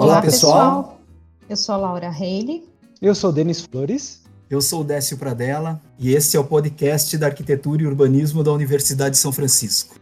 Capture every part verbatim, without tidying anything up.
Olá, pessoal. Eu sou a Laura Reile. Eu sou o Denis Flores. Eu sou o Décio Pradella e esse é o podcast da Arquitetura e Urbanismo da Universidade de São Francisco.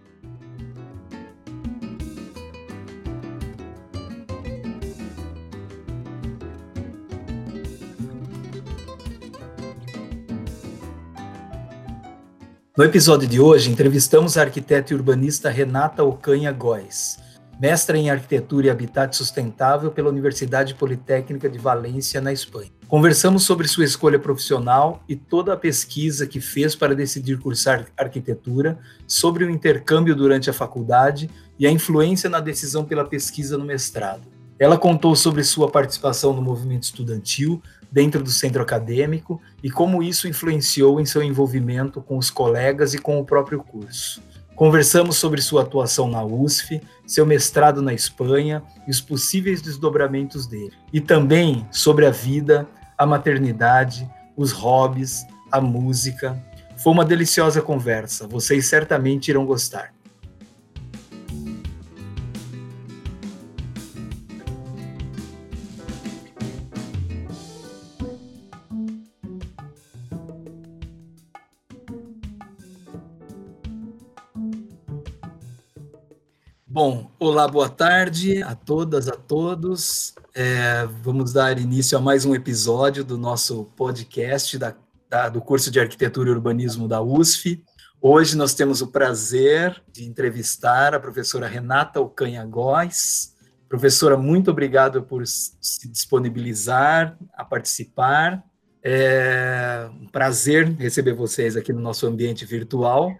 No episódio de hoje, entrevistamos a arquiteta e urbanista Renata Ocanha Góes, mestra em Arquitetura e Habitat Sustentável pela Universidade Politécnica de Valência, na Espanha. Conversamos sobre sua escolha profissional e toda a pesquisa que fez para decidir cursar arquitetura, sobre o intercâmbio durante a faculdade e a influência na decisão pela pesquisa no mestrado. Ela contou sobre sua participação no movimento estudantil dentro do centro acadêmico e como isso influenciou em seu envolvimento com os colegas e com o próprio curso. Conversamos sobre sua atuação na U S F, seu mestrado na Espanha e os possíveis desdobramentos dele. E também sobre a vida, a maternidade, os hobbies, a música. Foi uma deliciosa conversa, vocês certamente irão gostar. Bom, olá, boa tarde a todas, a todos. É, vamos dar início a mais um episódio do nosso podcast da, da, do curso de Arquitetura e Urbanismo da U S F. Hoje nós temos o prazer de entrevistar a professora Renata Ocanha Góes. Professora, muito obrigado por se disponibilizar a participar. É um prazer receber vocês aqui no nosso ambiente virtual.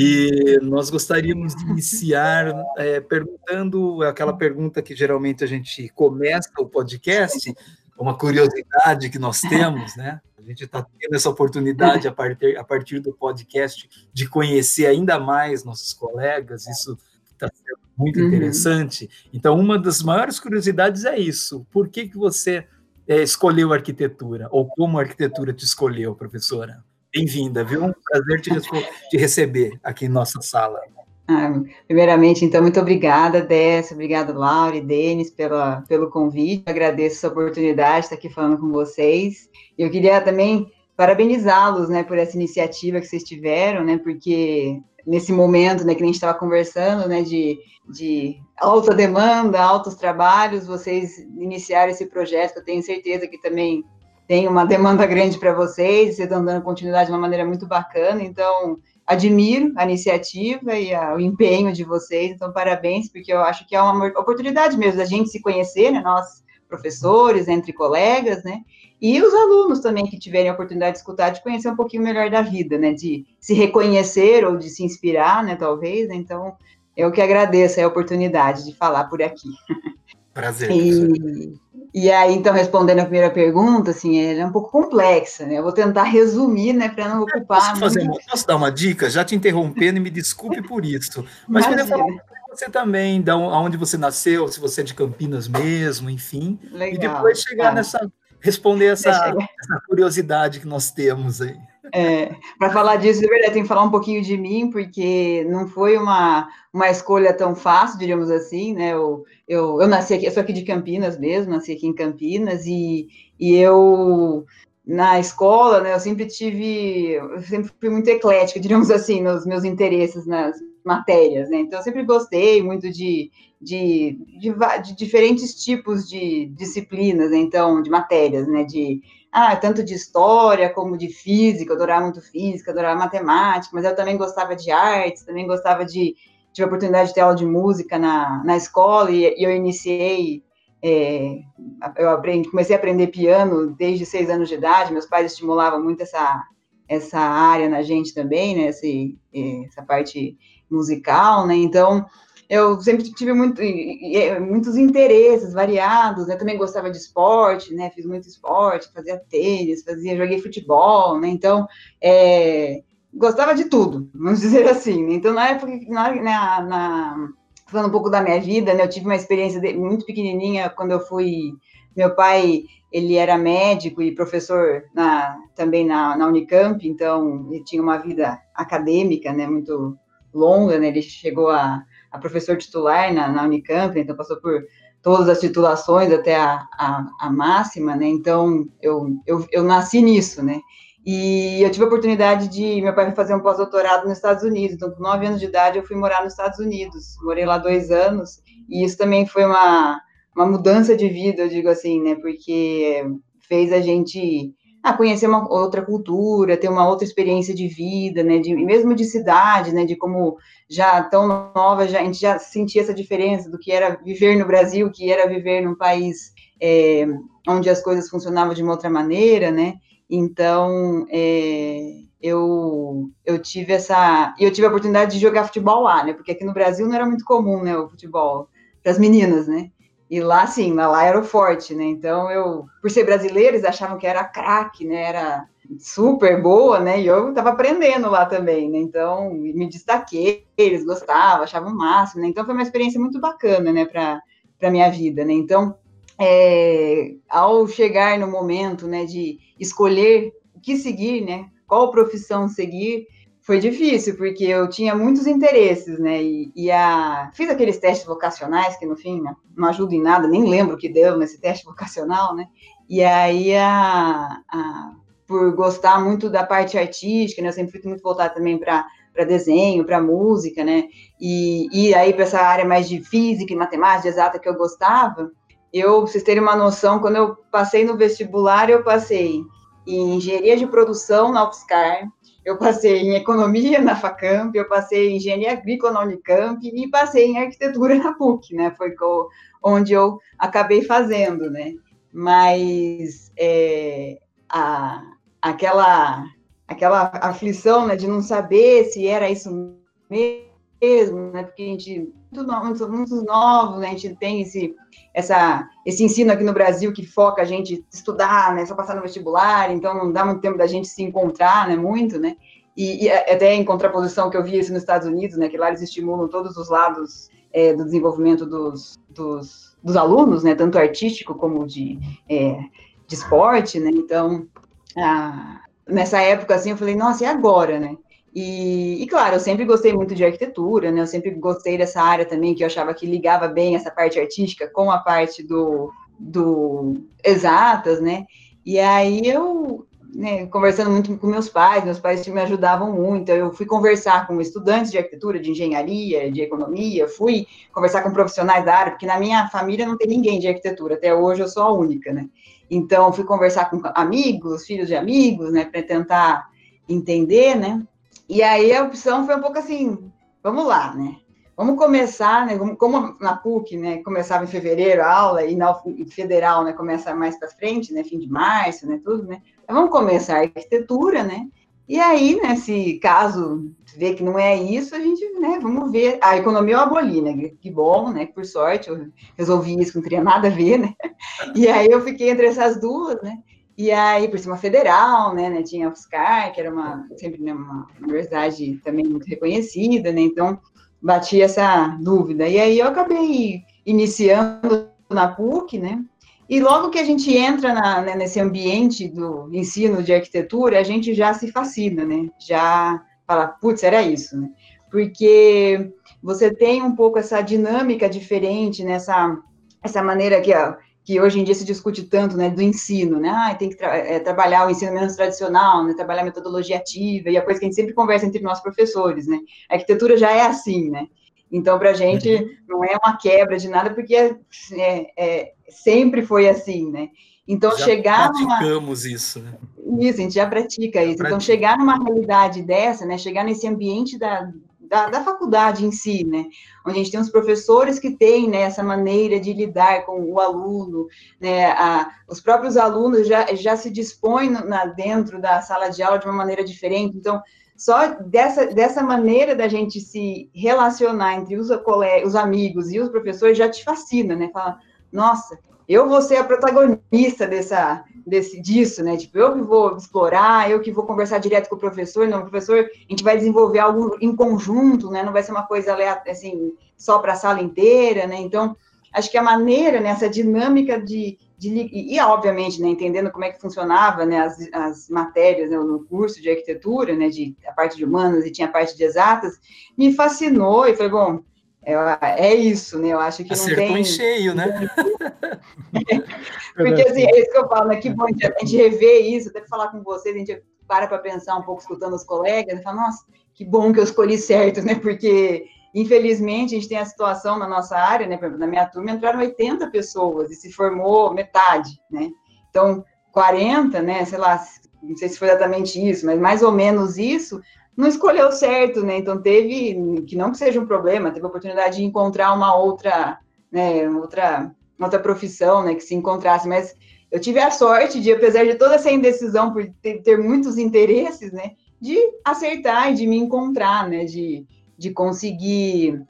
E nós gostaríamos de iniciar é, perguntando aquela pergunta que geralmente a gente começa o podcast, uma curiosidade que nós temos, né? A gente está tendo essa oportunidade a partir, a partir do podcast de conhecer ainda mais nossos colegas, isso está sendo muito interessante. Uhum. Então, uma das maiores curiosidades é isso. Por que que você é, escolheu arquitetura? Ou como a arquitetura te escolheu, professora? Bem-vinda, viu? Um prazer te, te receber aqui em nossa sala. Ah, primeiramente, então, muito obrigada, Décio, obrigada, Laura e Denis, pela, pelo convite. Eu agradeço essa oportunidade de estar aqui falando com vocês. Eu queria também parabenizá-los, né, por essa iniciativa que vocês tiveram, né, porque nesse momento, né, que a gente estava conversando, né, de, de alta demanda, altos trabalhos, vocês iniciaram esse projeto, que eu tenho certeza que também tem uma demanda grande para vocês, vocês estão dando continuidade de uma maneira muito bacana, então admiro a iniciativa e a, o empenho de vocês, então parabéns, porque eu acho que é uma oportunidade mesmo da gente se conhecer, né, nós professores, entre colegas, né, e os alunos também que tiverem a oportunidade de escutar, de conhecer um pouquinho melhor da vida, né, de se reconhecer ou de se inspirar, né, talvez, né, então eu que agradeço a oportunidade de falar por aqui. Prazer, e, e aí, então, respondendo a primeira pergunta, assim, ela é um pouco complexa, né? Eu vou tentar resumir, né, para não ocupar... Posso, fazer uma, posso dar uma dica? Já te interrompendo e me desculpe por isso. Mas poder falar você também, de onde você nasceu, se você é de Campinas mesmo, enfim. Legal, e depois chegar tá. nessa... responder essa, essa curiosidade que nós temos aí. É, para falar disso, de verdade, tem que falar um pouquinho de mim, porque não foi uma, uma escolha tão fácil, diríamos assim, né, eu, eu, eu nasci aqui, eu sou aqui de Campinas mesmo, nasci aqui em Campinas, e, e eu, na escola, né, eu sempre tive, eu sempre fui muito eclética, diríamos assim, nos meus interesses nas matérias, né, então eu sempre gostei muito de, de, de, de diferentes tipos de disciplinas, né, então, de matérias, né, de... Ah, tanto de história como de física, eu adorava muito física, adorava matemática, mas eu também gostava de artes, também gostava de, tive a oportunidade de ter aula de música na, na escola, e, e eu iniciei, é, eu aprendi, comecei a aprender piano desde seis anos de idade, meus pais estimulavam muito essa, essa área na gente também, né, esse, essa parte musical, né, então... Eu sempre tive muito, muitos interesses variados, né? Também gostava de esporte, né? Fiz muito esporte, fazia tênis, fazia, joguei futebol, né? Então, é, gostava de tudo, vamos dizer assim, né? Então, na época, na, na, na, falando um pouco da minha vida, né? Eu tive uma experiência de, muito pequenininha quando eu fui... Meu pai, ele era médico e professor na, também na, na Unicamp, então ele tinha uma vida acadêmica, né? Muito longa, né? Ele chegou a... a professor titular na, na Unicamp, então passou por todas as titulações até a, a, a máxima, né? Então, eu, eu, eu nasci nisso, né? E eu tive a oportunidade de, meu pai foi fazer um pós-doutorado nos Estados Unidos, então com nove anos de idade eu fui morar nos Estados Unidos, morei lá dois anos, e isso também foi uma, uma mudança de vida, eu digo assim, né, porque fez a gente ah, conhecer uma outra cultura, ter uma outra experiência de vida, né, de, mesmo de cidade, né, de como já tão nova, já, a gente já sentia essa diferença do que era viver no Brasil, que era viver num país é, onde as coisas funcionavam de uma outra maneira, né. Então, é, eu, eu tive essa... Eu tive a oportunidade de jogar futebol lá, né? Porque aqui no Brasil não era muito comum, né? O futebol para as meninas, né? E lá, sim, lá, lá era o forte, né? Então, eu... Por ser brasileira, eles achavam que era craque, né? Era super boa, né? E eu estava aprendendo lá também, né? Então, me destaquei, eles gostavam, achavam o máximo, né? Então, foi uma experiência muito bacana, né? Para a minha vida, né? Então... É, ao chegar no momento, né, de escolher o que seguir, né, qual profissão seguir, foi difícil, porque eu tinha muitos interesses, né, e, e a, fiz aqueles testes vocacionais, que no fim, né, não ajuda em nada, nem lembro o que deu nesse teste vocacional, né, e aí, a, a, por gostar muito da parte artística, né, eu sempre fui muito voltada também para para desenho, para música, né, e, e aí para essa área mais de física e matemática, exata, que eu gostava. Eu, pra vocês terem uma noção, quando eu passei no vestibular, eu passei em engenharia de produção na UFSCar, eu passei em economia na Facamp, eu passei em engenharia agrícola na Unicamp e passei em arquitetura na PUC, né? Foi onde eu acabei fazendo, né? Mas é, a, aquela, aquela aflição, né, de não saber se era isso mesmo, né? Porque a gente muitos muito novos, né? A gente tem esse Essa, esse ensino aqui no Brasil que foca a gente estudar, né, só passar no vestibular, então não dá muito tempo da gente se encontrar, né, muito, né, e, e até em contraposição que eu vi isso nos Estados Unidos, né, que lá eles estimulam todos os lados é, do desenvolvimento dos, dos, dos alunos, né, tanto artístico como de, é, de esporte, né, então, ah, nessa época, assim, eu falei, nossa, e agora, né? E, e, claro, eu sempre gostei muito de arquitetura, né? Eu sempre gostei dessa área também, que eu achava que ligava bem essa parte artística com a parte do, do exatas, né? E aí eu, né, conversando muito com meus pais, meus pais me ajudavam muito, eu fui conversar com estudantes de arquitetura, de engenharia, de economia, fui conversar com profissionais da área, porque na minha família não tem ninguém de arquitetura, até hoje eu sou a única, né? Então, fui conversar com amigos, filhos de amigos, né, para tentar entender, né? E aí a opção foi um pouco assim, vamos lá, né? Vamos começar, né? Como na PUC, né? Começava em fevereiro a aula e na federal, né? Começa mais para frente, né? Fim de março, né? Tudo, né? Então, vamos começar a arquitetura, né? E aí, né? Se caso ver que não é isso, a gente, né? Vamos ver. A economia eu aboli, né? Que bom, né? Por sorte, eu resolvi isso, não teria nada a ver, né? E aí eu fiquei entre essas duas, né? E aí, por cima federal, né, né, tinha a UFSCar, que era uma, sempre, né, uma universidade também muito reconhecida, né, então bati essa dúvida. E aí eu acabei iniciando na PUC, né, e logo que a gente entra na, né, nesse ambiente do ensino de arquitetura, a gente já se fascina, né, já fala, putz, era isso, né, porque você tem um pouco essa dinâmica diferente, nessa essa maneira que, ó, que hoje em dia se discute tanto, né, do ensino, né, ah, tem que tra é, trabalhar o ensino menos tradicional, né, trabalhar a metodologia ativa, e a coisa que a gente sempre conversa entre nós professores, né, a arquitetura já é assim, né, então, para a gente não é uma quebra de nada, porque é, é, é, sempre foi assim, né, então já chegar praticamos numa... isso, né? Isso, a gente já pratica já isso, pratica. Então chegar numa realidade dessa, né, chegar nesse ambiente da... Da, da faculdade em si, né, onde a gente tem os professores que têm, né, essa maneira de lidar com o aluno, né, a, os próprios alunos já, já se dispõem na, dentro da sala de aula de uma maneira diferente, então, só dessa, dessa maneira da gente se relacionar entre os, os amigos e os professores já te fascina, né, fala, nossa, eu vou ser a protagonista dessa, desse, disso, né, tipo, eu que vou explorar, eu que vou conversar direto com o professor, não, o professor, a gente vai desenvolver algo em conjunto, né, não vai ser uma coisa, assim, só para a sala inteira, né, então, acho que a maneira, né, essa dinâmica de, de e, e, obviamente, né, entendendo como é que funcionava, né, as, as matérias, né, no curso de arquitetura, né, de, a parte de humanas e tinha a parte de exatas, me fascinou, e falei, bom, É, é isso, né? Eu acho que Acertou não tem... em cheio, né? Porque, assim, é isso que eu falo, né? Que bom a gente rever isso, até falar com vocês, a gente para para pensar um pouco, escutando os colegas, e fala, nossa, que bom que eu escolhi certo, né? Porque, infelizmente, a gente tem a situação na nossa área, né? Por exemplo, na minha turma entraram oitenta pessoas e se formou metade, né? Então, quarenta, né? Sei lá, não sei se foi exatamente isso, mas mais ou menos isso, não escolheu certo, né? Então, teve, que não que seja um problema, teve a oportunidade de encontrar uma outra, né? Outra, outra profissão, né? Que se encontrasse, mas eu tive a sorte de, apesar de toda essa indecisão por ter, ter muitos interesses, né? De acertar e de me encontrar, né? De, de conseguir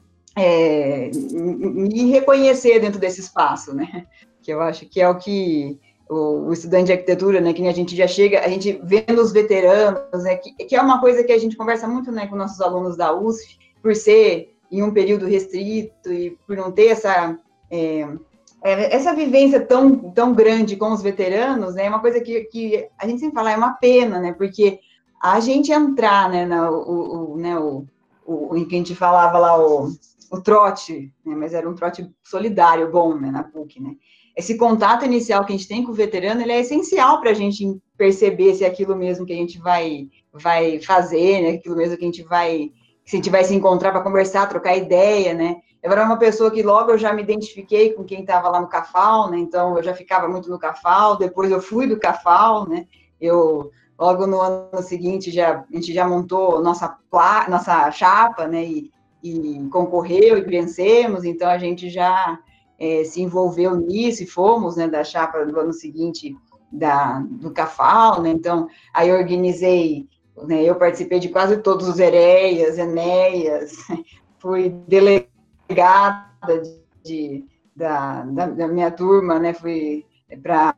é, me reconhecer dentro desse espaço, né? Que eu acho que é o que o, o estudante de arquitetura, né? Que a gente já chega, a gente vendo os veteranos, né? Que, que é uma coisa que a gente conversa muito, né? Com nossos alunos da U S F, por ser em um período restrito e por não ter essa... É, essa vivência tão, tão grande com os veteranos, né, é uma coisa que, que a gente sempre fala, é uma pena, né, porque a gente entrar, né, na, o, o, né, o, o, em que a gente falava lá, o, o trote, né, mas era um trote solidário, bom, né, na P U C, né, esse contato inicial que a gente tem com o veterano, ele é essencial para a gente perceber se é aquilo mesmo que a gente vai, vai fazer, né, aquilo mesmo que a gente vai, se a gente vai se encontrar para conversar, trocar ideia, né. Eu era uma pessoa que logo eu já me identifiquei com quem estava lá no CAFAL, né, então eu já ficava muito no CAFAL, depois eu fui do CAFAL, né, eu, logo no ano seguinte, já, a gente já montou nossa, nossa chapa, né, e, e concorreu e vencemos, então a gente já é, se envolveu nisso e fomos, né, da chapa do ano seguinte da, do CAFAL, né, então aí eu organizei, né, eu participei de quase todos os EREAs, ENEAs, fui delegada de, de, da, da, da minha turma, né, fui para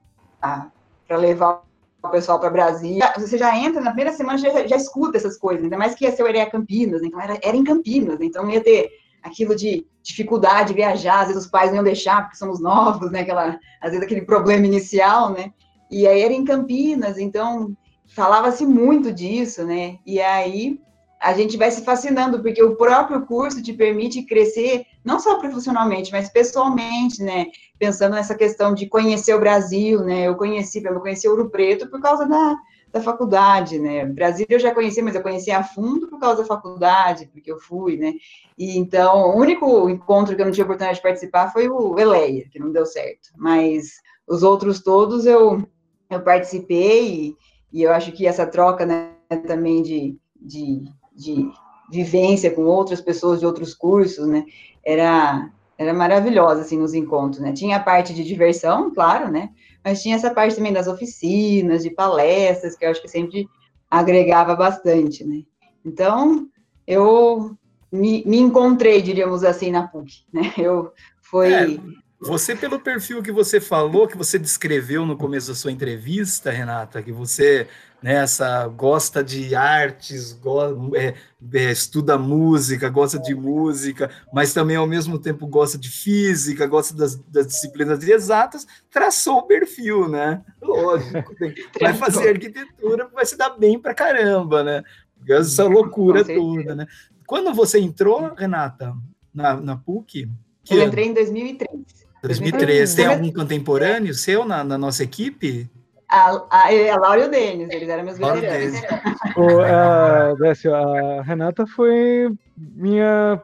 levar o pessoal para Brasília. Você já entra, na primeira semana, já, já escuta essas coisas, ainda mais que ia ser o EREA Campinas, né, então era, era em Campinas, né, então não ia ter aquilo de dificuldade de viajar, às vezes os pais não iam deixar, porque somos novos, né, aquela, às vezes aquele problema inicial, né, e aí era em Campinas, então falava-se muito disso, né, e aí a gente vai se fascinando, porque o próprio curso te permite crescer, não só profissionalmente, mas pessoalmente, né, pensando nessa questão de conhecer o Brasil, né, eu conheci, eu conheci Ouro Preto por causa da, da faculdade, né, Brasília eu já conhecia, mas eu conheci a fundo por causa da faculdade, porque eu fui, né, e então, o único encontro que eu não tive oportunidade de participar foi o ELEA, que não deu certo, mas os outros todos eu, eu participei, e, e eu acho que essa troca, né, também de, de de vivência com outras pessoas de outros cursos, né, era, era maravilhosa, assim, nos encontros, né, tinha a parte de diversão, claro, né, mas tinha essa parte também das oficinas, de palestras, que eu acho que sempre agregava bastante, né, então, eu me, me encontrei, diríamos assim, na P U C, né, eu, foi... É, você, pelo perfil que você falou, que você descreveu no começo da sua entrevista, Renata, que você... Nessa, gosta de artes, go, é, é, estuda música, gosta de música, mas também, ao mesmo tempo, gosta de física, gosta das, das disciplinas exatas, traçou o perfil, né? Lógico, tem, vai fazer arquitetura, vai se dar bem pra caramba, né? Essa loucura toda, né? Quando você entrou, Renata, na, na P U C? Eu ano? entrei em dois mil e três. dois mil e três. Tem algum contemporâneo é. seu na, na nossa equipe? A, a, a Laura e o Denis, eles eram meus veteranos. O, a, Décio, a Renata foi minha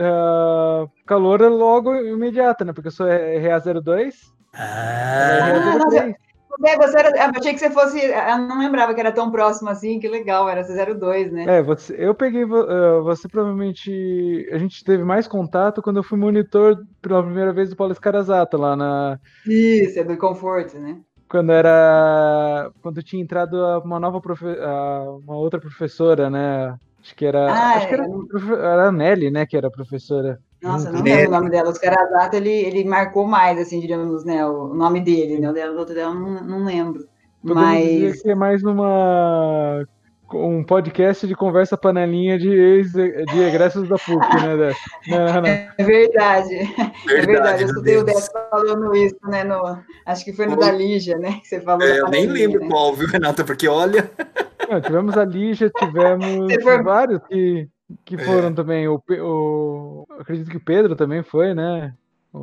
uh, caloura logo imediata, né? Porque eu sou R A zero dois. Ah, nossa, você era, eu achei que você fosse. Eu não lembrava que era tão próximo assim, que legal, era zero dois, né? É, você, eu peguei. Uh, você provavelmente. A gente teve mais contato quando eu fui monitor pela primeira vez do Paulo Escarazato lá na. Isso, é do Conforto, né? Quando era. Quando tinha entrado uma nova profe... uma outra professora, né? Acho que era. Ah, acho que era, é... era a Nelly, né? Que era a professora. Nossa, não lembro o nome dela. O Scarazato, ele, ele marcou mais, assim, diríamos, né? O nome dele, né? O dela, o outro dela, não, não lembro. Podemos mas... dizer que é mais numa. Um podcast de conversa panelinha de, ex, de egressos da P U C, né, Décio? Né, é verdade, verdade, é verdade. Eu escutei o Décio falando isso, né? No, acho que foi no foi. da Lígia, né? Que você falou. É, eu nem lembro né? qual, viu, Renata? Porque olha. Não, tivemos a Lígia, tivemos for... vários que. que foram É. também, o, o, acredito que o Pedro também foi, né?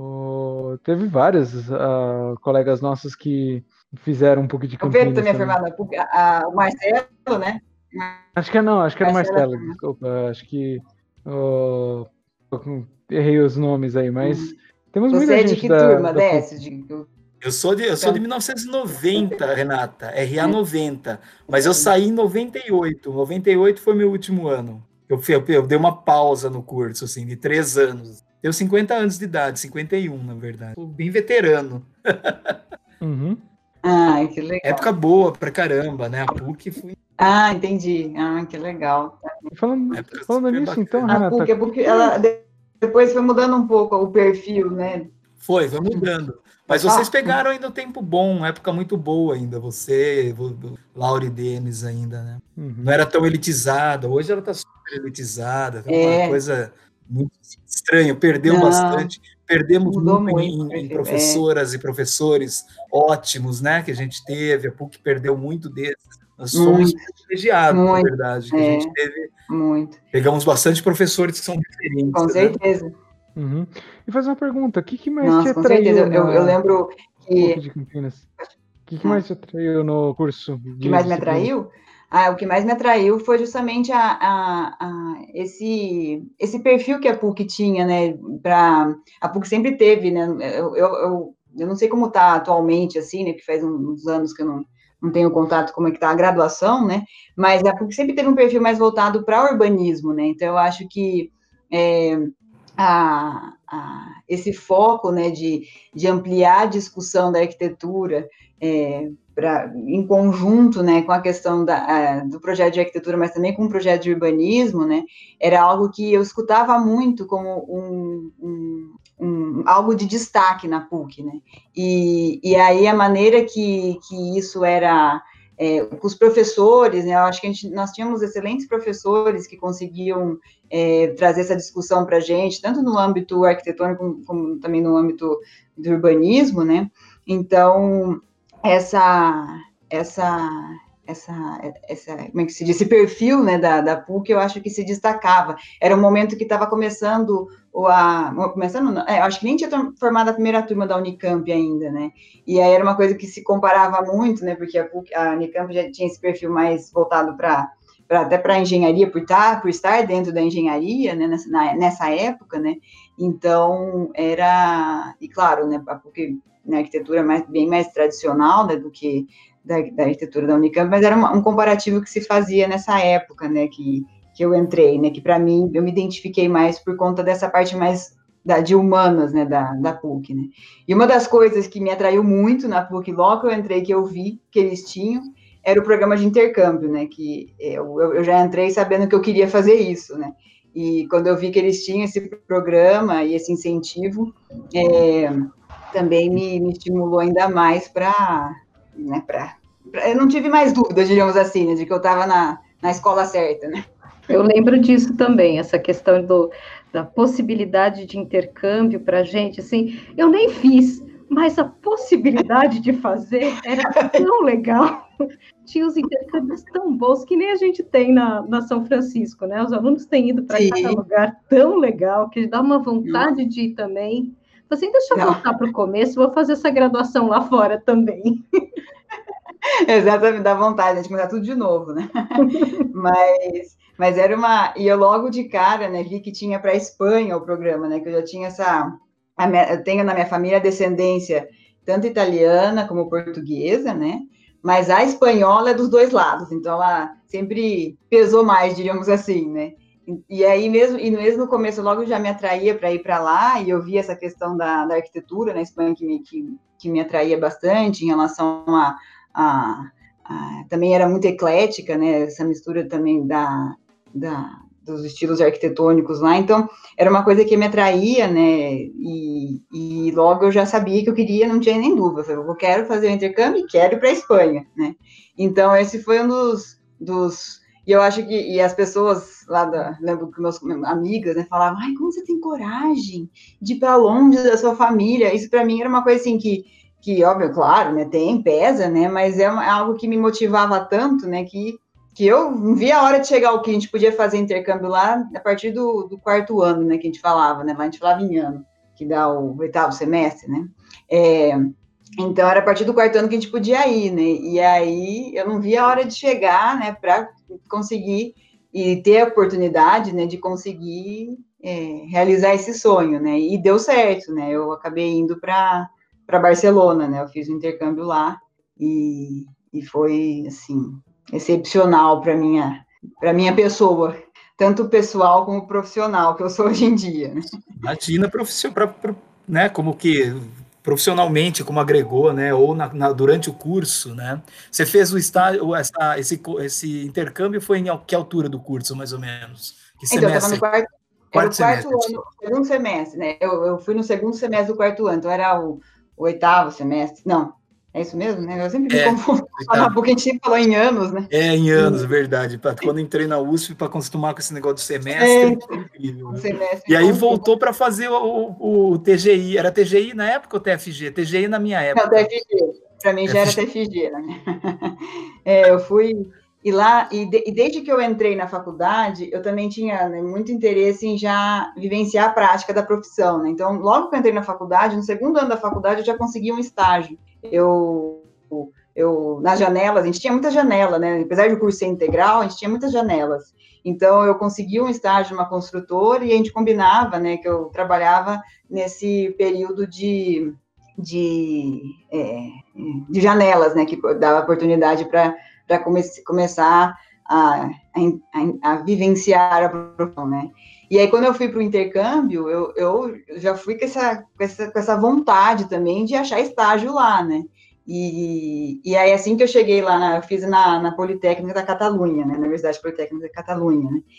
O, teve vários uh, colegas nossos que fizeram um pouco de O Pedro Campinas também é também. formado na PUC, a, a, o Marcelo, né? Acho que não, acho que era o Marcelo. Marcelo, desculpa, acho que uh, errei os nomes aí, mas Hum. temos Você muita é de gente que da, turma, da Décio? PUC. De... Eu sou de, eu sou de mil novecentos e noventa, Renata, R A É. noventa, mas eu saí em noventa e oito. noventa e oito foi meu último ano. Eu, eu, eu dei uma pausa no curso, assim, de três anos. Tenho cinquenta anos de idade, cinquenta e um, na verdade. Sou bem veterano. Uhum. Ah, que legal. Época boa pra caramba, né? A PUC foi. Ah, entendi. Ah, que legal. Falando, Época falando super nisso, bacana. então, A Renata. PUC, a PUC, ela depois foi mudando um pouco o perfil, né? Foi, foi mudando. Mas vocês pegaram ainda o tempo bom, uma época muito boa ainda, você, Laura e Denis ainda, né? Uhum. Não era tão elitizada, hoje ela tá super elitizada, é uma É. coisa muito estranha, perdeu Não, bastante, perdemos mudou muito, muito, em, em prefeito, professoras e professores ótimos, né, que a gente teve, a PUC perdeu muito desses, nós Muito, fomos privilegiados, na muito, verdade, que a é. gente teve, muito. pegamos bastante professores que são diferentes, Com né? certeza. Uhum. E fazer uma pergunta, o que, que mais Nossa, te com certeza. atraiu Eu, na eu lembro PUC que de Campinas? O que, que Ah. mais te atraiu no curso de o que mais me disciplina? atraiu? Ah, o que mais me atraiu foi justamente a, a, a, esse, esse perfil que a PUC tinha, né? Pra, a PUC sempre teve, né? Eu, eu, eu, eu não sei como está atualmente, assim, né? Que faz uns anos que eu não, não tenho contato como é que está a graduação, né? Mas a PUC sempre teve um perfil mais voltado para urbanismo, né? Então, eu acho que é, a, a, esse foco, né, de, de ampliar a discussão da arquitetura é, pra, em conjunto, né, com a questão da, a, do projeto de arquitetura, mas também com o projeto de urbanismo, né, era algo que eu escutava muito como um, um, um, algo de destaque na PUC, né, e, e aí a maneira que, que isso era... É, com os professores, né, eu acho que a gente, nós tínhamos excelentes professores que conseguiam é, trazer essa discussão para a gente, tanto no âmbito arquitetônico como, como também no âmbito do urbanismo, né, então, essa, essa, essa, essa, como é que se diz, esse perfil, né, da, da PUC, eu acho que se destacava, era um momento que estava começando, a, começando, é, eu acho que nem tinha formado a primeira turma da Unicamp ainda, né, e aí era uma coisa que se comparava muito, né, porque a, PUC, a Unicamp já tinha esse perfil mais voltado para Pra, até para a engenharia, por, tá, por estar dentro da engenharia, né, nessa, na, nessa época, né, então era, e claro, né, a PUC, na arquitetura mais, bem mais tradicional, né, do que da, da arquitetura da Unicamp, mas era uma, um comparativo que se fazia nessa época, né, que, que eu entrei, né, que para mim, eu me identifiquei mais por conta dessa parte mais da, de humanas, né, da, da PUC, né, e uma das coisas que me atraiu muito na PUC, logo que eu entrei, que eu vi que eles tinham, era o programa de intercâmbio, né, que eu, eu já entrei sabendo que eu queria fazer isso, né, e quando eu vi que eles tinham esse programa e esse incentivo, é, também me, me estimulou ainda mais para, né, para, eu não tive mais dúvidas, diríamos assim, né, de que eu estava na, na escola certa, né. Eu lembro disso também, essa questão do, da possibilidade de intercâmbio para a gente, assim, eu nem fiz, mas a possibilidade de fazer era tão legal. Tinha os intercâmbios tão bons que nem a gente tem na, na São Francisco, né? Os alunos têm ido para cada lugar tão legal que dá uma vontade de ir também. Assim, deixa eu Não. voltar para o começo, vou fazer essa graduação lá fora também. Exatamente, dá vontade, a gente começar tudo de novo, né? mas, mas era uma... E eu logo de cara, né, vi que tinha para a Espanha o programa, né? Que eu já tinha essa... A minha, eu tenho na minha família a descendência tanto italiana como portuguesa, né? Mas a espanhola é dos dois lados, então ela sempre pesou mais, diríamos assim, né? E aí mesmo, e mesmo no começo, logo já me atraía para ir para lá, e eu vi essa questão da, da arquitetura na Espanha que me, que, que me atraía bastante em relação a, a, a... Também era muito eclética, né? Essa mistura também da... da dos estilos arquitetônicos lá, então era uma coisa que me atraía, né, e, e logo eu já sabia que eu queria, não tinha nem dúvida, eu falei, eu quero fazer o intercâmbio e quero ir para a Espanha, né, então esse foi um dos, dos, e eu acho que, e as pessoas lá, da, lembro que meus amigas, né, falavam, ai, como você tem coragem de ir para longe da sua família, isso para mim era uma coisa assim que, que óbvio, claro, né, tem, pesa, né, mas é uma, algo que me motivava tanto, né, que que eu não via a hora de chegar o que a gente podia fazer intercâmbio lá a partir do, do quarto ano, né, que a gente falava, né, lá a gente falava em ano, que dá o oitavo semestre, né, é, então era a partir do quarto ano que a gente podia ir, né, e aí eu não via a hora de chegar, né, para conseguir e ter a oportunidade, né, de conseguir é, realizar esse sonho, né, e deu certo, né, eu acabei indo para para Barcelona, né, eu fiz o intercâmbio lá, e, e foi, assim, excepcional para minha, para minha pessoa, tanto pessoal como profissional, que eu sou hoje em dia, né. Imagina, profissional, né, como que profissionalmente, como agregou, né, ou na, na, durante o curso, né, você fez o estágio, essa, esse, esse intercâmbio foi em que altura do curso, mais ou menos? Que então, eu estava no quarto, quarto era o quarto semestre. ano, segundo semestre, né, eu, eu fui no segundo semestre do quarto ano, então era o, o oitavo semestre, não, é isso mesmo, né, eu sempre me é, confundo, porque a gente sempre falou em anos, né. É, em anos, é verdade, quando entrei na U S P, para acostumar com esse negócio do semestre, é, incrível. Um semestre e aí voltou para fazer o, o, o T G I, era T G I na época ou T F G? T G I na minha época. Não, T F G, para mim já era T F G, né. É, eu fui, e lá, e, de, e desde que eu entrei na faculdade, eu também tinha, né, muito interesse em já vivenciar a prática da profissão, né, então logo que eu entrei na faculdade, no segundo ano da faculdade, eu já consegui um estágio, eu... eu, nas janelas, a gente tinha muita janela, né, apesar do curso ser integral, a gente tinha muitas janelas, então eu consegui um estágio numa construtora e a gente combinava, né, que eu trabalhava nesse período de, de, é, de janelas, né, que dava oportunidade para come, começar a, a, a vivenciar a profissão, né. E aí, quando eu fui para o intercâmbio, eu, eu já fui com essa, com, essa, com essa vontade também de achar estágio lá, né. E, e aí, assim que eu cheguei lá, na, eu fiz na, na Politécnica da Catalunha, né, na Universidade Politécnica da Catalunha, né,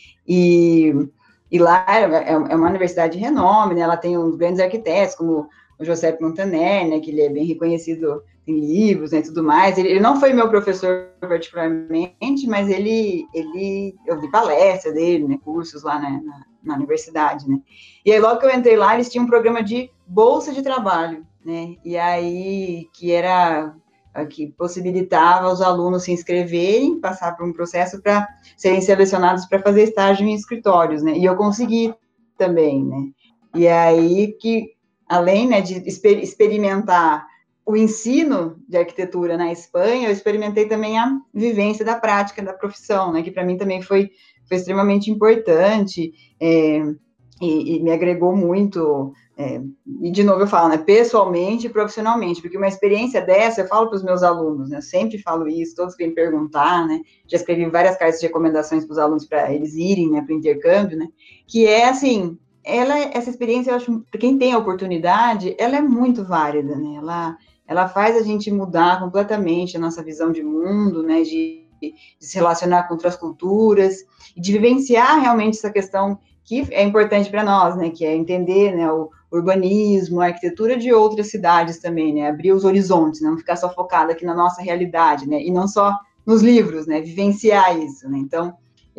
e, e lá é, é uma universidade de renome, né, ela tem uns grandes arquitetos, como o Giuseppe Montaner, né, que ele é bem reconhecido em livros, né, e tudo mais. Ele, ele não foi meu professor particularmente, mas ele, ele, eu vi palestra dele, né, cursos lá, né, na, na universidade, né, e aí logo que eu entrei lá, eles tinham um programa de bolsa de trabalho, né, e aí, que era, que possibilitava os alunos se inscreverem, passar por um processo para serem selecionados para fazer estágio em escritórios, né, e eu consegui também, né, e aí que, além, né, de exper experimentar o ensino de arquitetura na Espanha, eu experimentei também a vivência da prática da profissão, né, que para mim também foi, foi extremamente importante, é, e, e me agregou muito, é, e de novo eu falo, né, pessoalmente e profissionalmente, porque uma experiência dessa, eu falo para os meus alunos, né, eu sempre falo isso, todos que vêm perguntar, né, já escrevi várias cartas de recomendações para os alunos para eles irem, né, para o intercâmbio, né, que é assim, ela, essa experiência, eu acho, para quem tem a oportunidade, ela é muito válida, né, ela, ela faz a gente mudar completamente a nossa visão de mundo, né, de, de se relacionar com outras culturas, e de vivenciar realmente essa questão que é importante para nós, né, que é entender, né, o urbanismo, a arquitetura de outras cidades também, né, abrir os horizontes, não ficar só focado aqui na nossa realidade, né, e não só nos livros, né, vivenciar isso, né, então,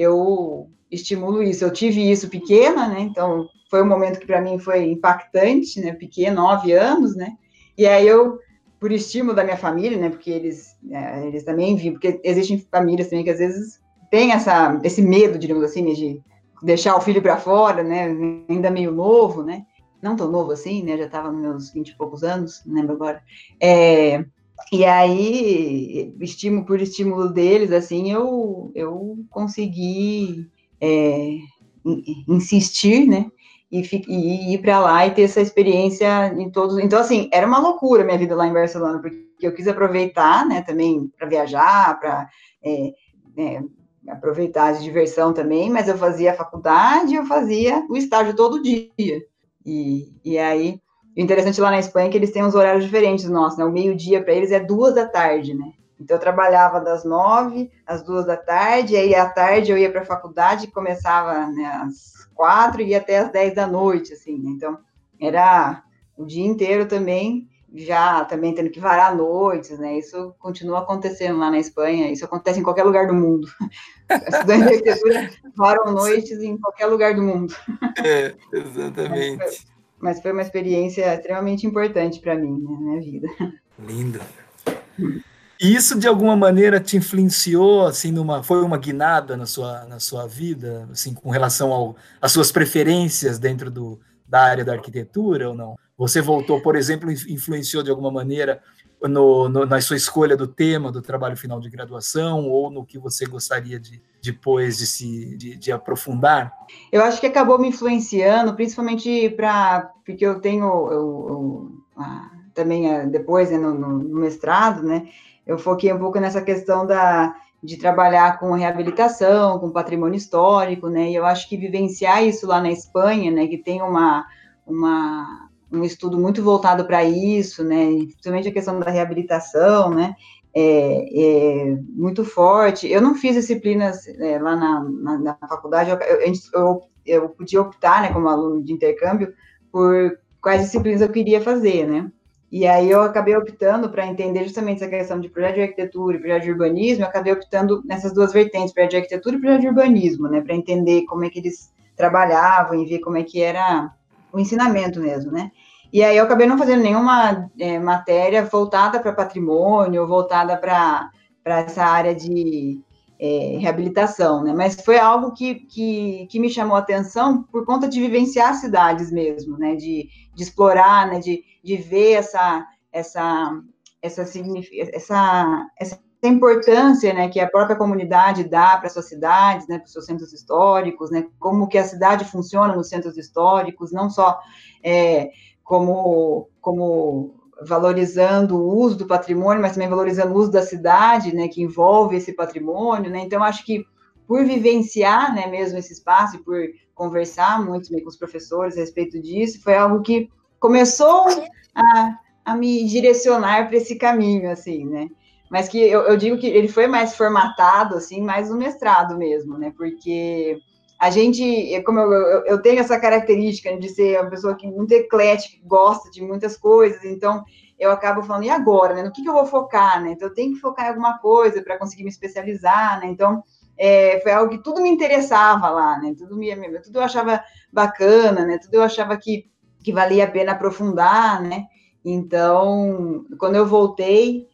eu estimulo isso, eu tive isso pequena, né, então, foi um momento que para mim foi impactante, né, pequeno, nove anos, né, e aí eu, por estímulo da minha família, né, porque eles, é, eles também viam, porque existem famílias também que às vezes têm essa, esse medo, digamos assim, né, de deixar o filho para fora, né, ainda meio novo, né, não tão novo assim, né, já estava nos meus vinte e poucos anos, não lembro agora, é, e aí, estímulo, por estímulo deles, assim, eu, eu consegui é, insistir, né, e, e ir para lá e ter essa experiência em todos, então, assim, era uma loucura a minha vida lá em Barcelona, porque eu quis aproveitar, né, também para viajar, para é, é, aproveitar de diversão também, mas eu fazia a faculdade, eu fazia o estágio todo dia, e, e aí, o interessante lá na Espanha é que eles têm uns horários diferentes dos nossos, né, o meio-dia para eles é duas da tarde, né, então eu trabalhava das nove às duas da tarde, e aí à tarde eu ia para a faculdade, que começava, né, às quatro e ia até às dez da noite, assim, né? Então era o dia inteiro também, já também tendo que varar noites, né, isso continua acontecendo lá na Espanha, isso acontece em qualquer lugar do mundo, estudantes de arquitetura varam noites em qualquer lugar do mundo. É, exatamente. Mas foi, mas foi uma experiência extremamente importante para mim, né, na minha vida. Lindo. E isso, de alguma maneira, te influenciou, assim, numa, foi uma guinada na sua, na sua vida, assim, com relação ao, às suas preferências dentro do, da área da arquitetura ou não? Você voltou, por exemplo, influenciou de alguma maneira no, no, na sua escolha do tema do trabalho final de graduação ou no que você gostaria de, depois de se de, de aprofundar? Eu acho que acabou me influenciando, principalmente para, porque eu tenho, eu, eu, ah, também depois, né, no, no mestrado, né, eu foquei um pouco nessa questão da, de trabalhar com reabilitação, com patrimônio histórico, né, e eu acho que vivenciar isso lá na Espanha, né, que tem uma, uma, um estudo muito voltado para isso, né, principalmente a questão da reabilitação, né, é, é muito forte. Eu não fiz disciplinas é, lá na, na, na faculdade, eu, eu, eu podia optar, né, como aluno de intercâmbio, por quais disciplinas eu queria fazer, né, e aí eu acabei optando para entender justamente essa questão de projeto de arquitetura e projeto de urbanismo, eu acabei optando nessas duas vertentes, projeto de arquitetura e projeto de urbanismo, né, para entender como é que eles trabalhavam e ver como é que era o ensinamento mesmo, né. E aí eu acabei não fazendo nenhuma é, matéria voltada para patrimônio, voltada para essa área de é, reabilitação, né? Mas foi algo que, que, que me chamou a atenção por conta de vivenciar cidades mesmo, né? De, de explorar, né? De, de ver essa, essa, essa, essa, essa importância, né? Que a própria comunidade dá para suas cidades, né? Para os seus centros históricos, né? Como que a cidade funciona nos centros históricos, não só... É, Como, como valorizando o uso do patrimônio, mas também valorizando o uso da cidade, né, que envolve esse patrimônio, né, então acho que por vivenciar, né, mesmo esse espaço e por conversar muito com os professores a respeito disso, foi algo que começou a, a me direcionar para esse caminho, assim, né, mas que eu, eu digo que ele foi mais formatado, assim, mais no mestrado mesmo, né, porque... A gente, como eu, eu, eu tenho essa característica de ser uma pessoa que muito eclética, que gosta de muitas coisas, então eu acabo falando, e agora, né? No que, que eu vou focar, né? Então eu tenho que focar em alguma coisa para conseguir me especializar, né? Então é, foi algo que tudo me interessava lá, né? Tudo, me, tudo eu achava bacana, né? Tudo eu achava que, que valia a pena aprofundar, né? Então, quando eu voltei,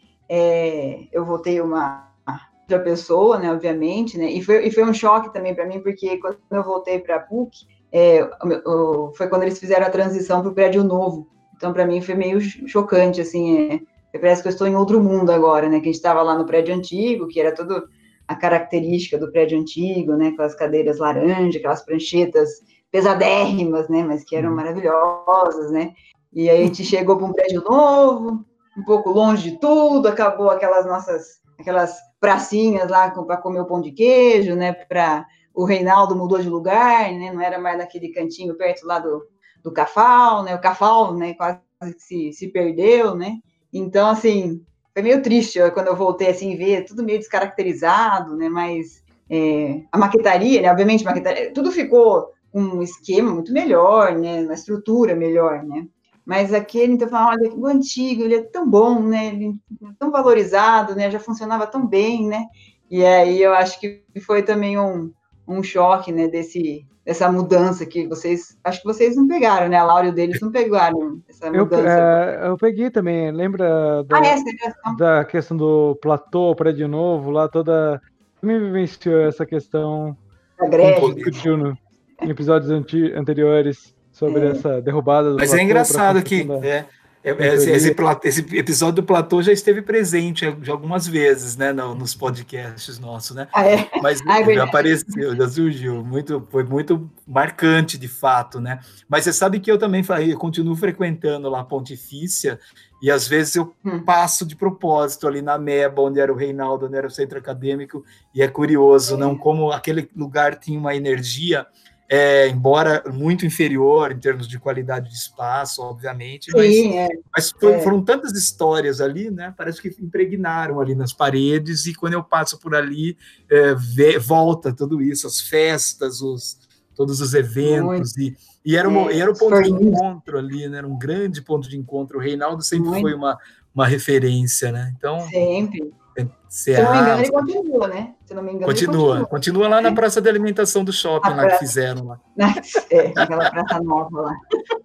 é, eu voltei uma... outra pessoa, né, obviamente, né, e foi, e foi um choque também para mim, porque quando eu voltei para a P U C, é, foi quando eles fizeram a transição para o prédio novo, então para mim foi meio chocante, assim, é, parece que eu estou em outro mundo agora, né, que a gente estava lá no prédio antigo, que era toda a característica do prédio antigo, né, aquelas cadeiras laranja, aquelas pranchetas pesadérrimas, né, mas que eram maravilhosas, né, e aí a gente chegou para um prédio novo, um pouco longe de tudo, acabou aquelas nossas, aquelas pracinhas lá para comer o pão de queijo, né, para o Reinaldo mudou de lugar, né, não era mais naquele cantinho perto lá do, do Cafal, né, o Cafal, né, quase que se, se perdeu, né, então, assim, foi meio triste quando eu voltei, assim, ver tudo meio descaracterizado, né, mas é, a maquetaria, né, obviamente, a maquetaria, tudo ficou um esquema muito melhor, né, uma estrutura melhor, né, mas aquele, então, falando, olha, o antigo, ele é tão bom, né, ele é tão valorizado, né, já funcionava tão bem, né, e aí eu acho que foi também um, um choque, né, desse, dessa mudança que vocês, acho que vocês não pegaram, né, a Laura e o deles não pegaram essa mudança. Eu, é, eu peguei também, lembra da, ah, é, da questão do platô, prédio novo, lá toda, também vivenciou essa questão, a greve, discutiu no, em episódios anti, anteriores, sobre é. essa derrubada do Mas platô. Mas é engraçado que é, é, esse, esse, esse episódio do platô já esteve presente já algumas vezes, né, no, nos podcasts nossos, né? Ah, é? Mas ah, é já apareceu, já surgiu, muito, foi muito marcante de fato, né? Mas você sabe que eu também eu continuo frequentando lá a Pontifícia e às vezes eu hum. passo de propósito ali na Meba, onde era o Reinaldo, onde era o centro acadêmico, e é curioso, é. não, como aquele lugar tinha uma energia. É, embora muito inferior em termos de qualidade de espaço, obviamente, mas, Sim, é, mas foi, é. foram tantas histórias ali, né? Parece que impregnaram ali nas paredes, e quando eu passo por ali, é, vê, volta tudo isso, as festas, os, todos os eventos, e, e era, uma, é, era um ponto de encontro ali, né? Era um grande ponto de encontro. O Reinaldo sempre muito. foi uma, uma referência, né? Então, sempre. Se não me engano, ele continua, né? Se não me engano, continua, ele continua. Continua lá na praça de alimentação do shopping, lá praça, que fizeram lá. É, aquela praça nova lá.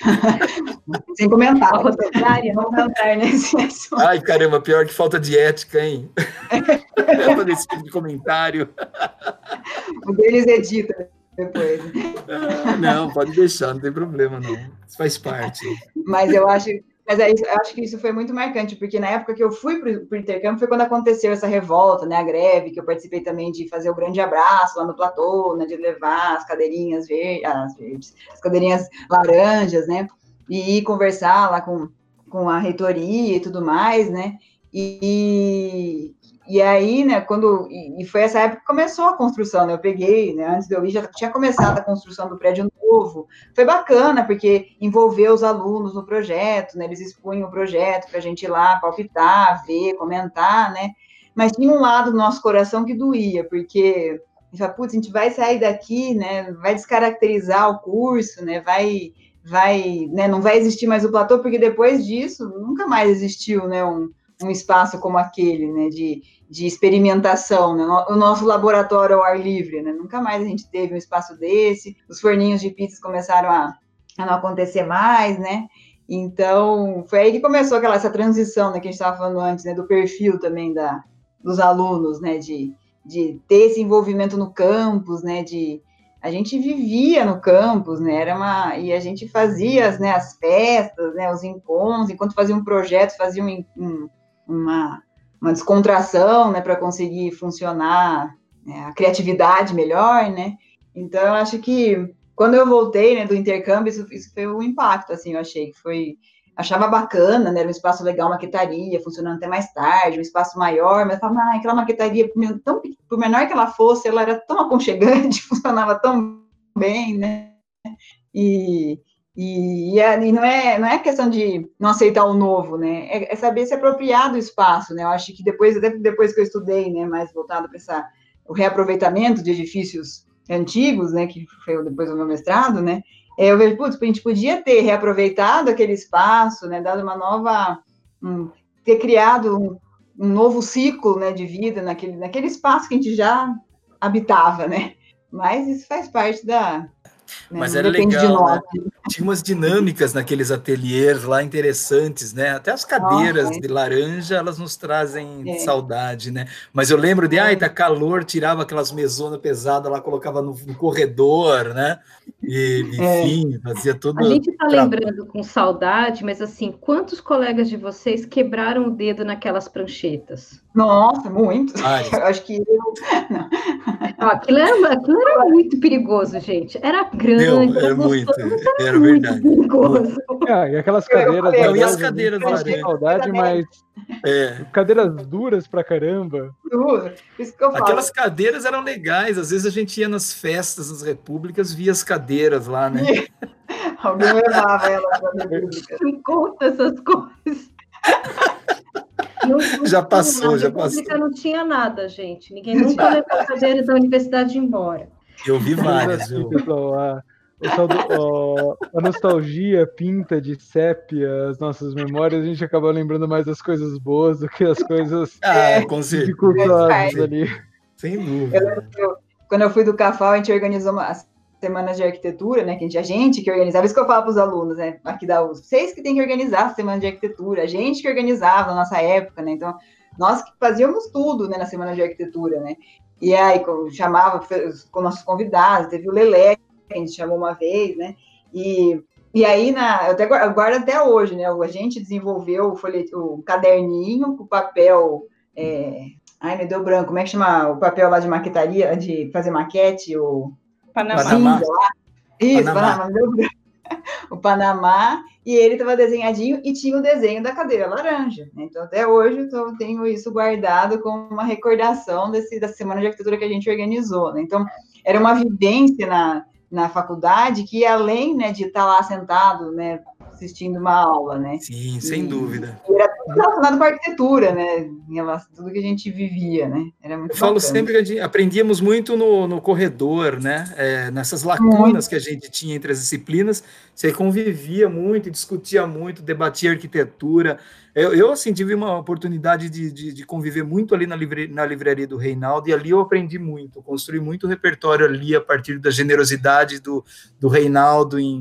Sem comentar. A rodoviária. Não comentar nesse assunto. Ai, caramba, pior que falta de ética, hein? Eu fazer esse tipo de comentário. O deles edita depois. Ah, não, pode deixar, não tem problema, não. Isso faz parte. Mas eu acho, mas é isso, eu acho que isso foi muito marcante, porque na época que eu fui para o intercâmbio foi quando aconteceu essa revolta, né, a greve, que eu participei também de fazer o grande abraço lá no platô, né, de levar as cadeirinhas verdes, as, verdes, as cadeirinhas laranjas, né, e ir conversar lá com, com a reitoria e tudo mais, né, e, e aí, né, quando, e, e foi essa época que começou a construção, né, eu peguei, né, antes de eu ir, já tinha começado a construção do prédio novo, foi bacana, porque envolveu os alunos no projeto, né, eles expunham o projeto para a gente ir lá palpitar, ver, comentar, né, mas tinha um lado do nosso coração que doía, porque, a gente fala, putz, a gente vai sair daqui, né, vai descaracterizar o curso, né, vai, vai, né, não vai existir mais o platô, porque depois disso, nunca mais existiu, né, um, um espaço como aquele, né, de, de experimentação, né, o nosso laboratório ao ar livre, né, nunca mais a gente teve um espaço desse, os forninhos de pizzas começaram a, a não acontecer mais, né, então, foi aí que começou aquela, essa transição, né, que a gente estava falando antes, né, do perfil também da, dos alunos, né, de, de ter esse envolvimento no campus, né, de a gente vivia no campus, né, era uma, e a gente fazia as, né, as festas, né, os encontros, enquanto fazia um projeto, fazia um, um, uma, uma descontração, né, para conseguir funcionar, né, a criatividade melhor, né, então eu acho que quando eu voltei, né, do intercâmbio, isso, isso foi um impacto, assim, eu achei que foi, achava bacana, né, era um espaço legal, maquetaria, funcionando até mais tarde, um espaço maior, mas eu falava, ah, aquela maquetaria, tão, por menor que ela fosse, ela era tão aconchegante, funcionava tão bem, né, e, e, e não, é, não é questão de não aceitar o novo, né, é, é saber se apropriar do espaço, né, eu acho que depois, até depois que eu estudei, né, mais voltado para essa, o reaproveitamento de edifícios antigos, né, que foi depois do meu mestrado, né, eu vejo, putz, a gente podia ter reaproveitado aquele espaço, né, dado uma nova, um, ter criado um, um novo ciclo, né, de vida naquele, naquele espaço que a gente já habitava, né, mas isso faz parte da... Né, mas era legal, né? Tinha umas dinâmicas naqueles ateliês lá interessantes, né? Até as cadeiras Nossa, é. de laranja, elas nos trazem é. saudade, né? Mas eu lembro de, é. ai, tá calor, tirava aquelas mesonas pesadas lá, colocava no, no corredor, né? E, enfim, é. fazia tudo... A gente tá tra... lembrando com saudade, mas assim, quantos colegas de vocês quebraram o dedo naquelas pranchetas? Nossa, muitos. Eu acho que eu... Não. Aquilo, era, aquilo era muito perigoso, gente. Era grande, Não, era, era muito, era, era muito verdade. perigoso. Ah, e aquelas cadeiras... Eu, e as cadeiras laranjas. Saudade, mas... É. Cadeiras duras pra caramba. Dura. Isso que eu falo. Aquelas cadeiras eram legais. Às vezes a gente ia nas festas, nas repúblicas, via as cadeiras lá, né? Alguém levava elas na república. Não conta essas coisas. Não, não já passou, na já passou. Não tinha nada, gente. Ninguém nunca levou a cadeira da universidade embora. Eu vi várias, viu? Pessoal, a, a, a nostalgia pinta de sépia as nossas memórias, a gente acaba lembrando mais das coisas boas do que as coisas ah, com dificultosas ali. Sem dúvida. Eu, eu, quando eu fui do CAFAL, a gente organizou uma semanas de arquitetura, né, que a gente, a gente que organizava, isso que eu falo para os alunos, né, aqui da U S P, vocês que têm que organizar a semana de arquitetura, a gente que organizava na nossa época, né, então, nós que fazíamos tudo, né, na semana de arquitetura, né, e aí chamava com nossos convidados, teve o Lelé, que a gente chamou uma vez, né, e, e aí, na, eu, até, eu guardo até hoje, né, a gente desenvolveu o, folheto, o caderninho, o papel, é, ai, me deu branco, como é que chama o papel lá de maquetaria, de fazer maquete, o... Panamá. Panamá. Isso, Panamá. Panamá. O Panamá, e ele estava desenhadinho e tinha o desenho da cadeira laranja. Né? Então, até hoje, eu tenho isso guardado como uma recordação desse, da semana de arquitetura que a gente organizou. Né? Então, era uma vivência na, na faculdade que, além, né, de estar lá sentado, né, assistindo uma aula, né? Sim, sem e, dúvida. E era tudo relacionado com a arquitetura, né? Em relação a tudo que a gente vivia, né? Era muito Eu falo bacana. sempre que a gente aprendíamos muito no, no corredor, né? É, nessas lacunas muito. que a gente tinha entre as disciplinas, você convivia muito, discutia muito, debatia arquitetura. Eu, eu assim, tive uma oportunidade de, de, de conviver muito ali na, livre, na livraria do Reinaldo, e ali eu aprendi muito, construí muito repertório ali a partir da generosidade do, do Reinaldo em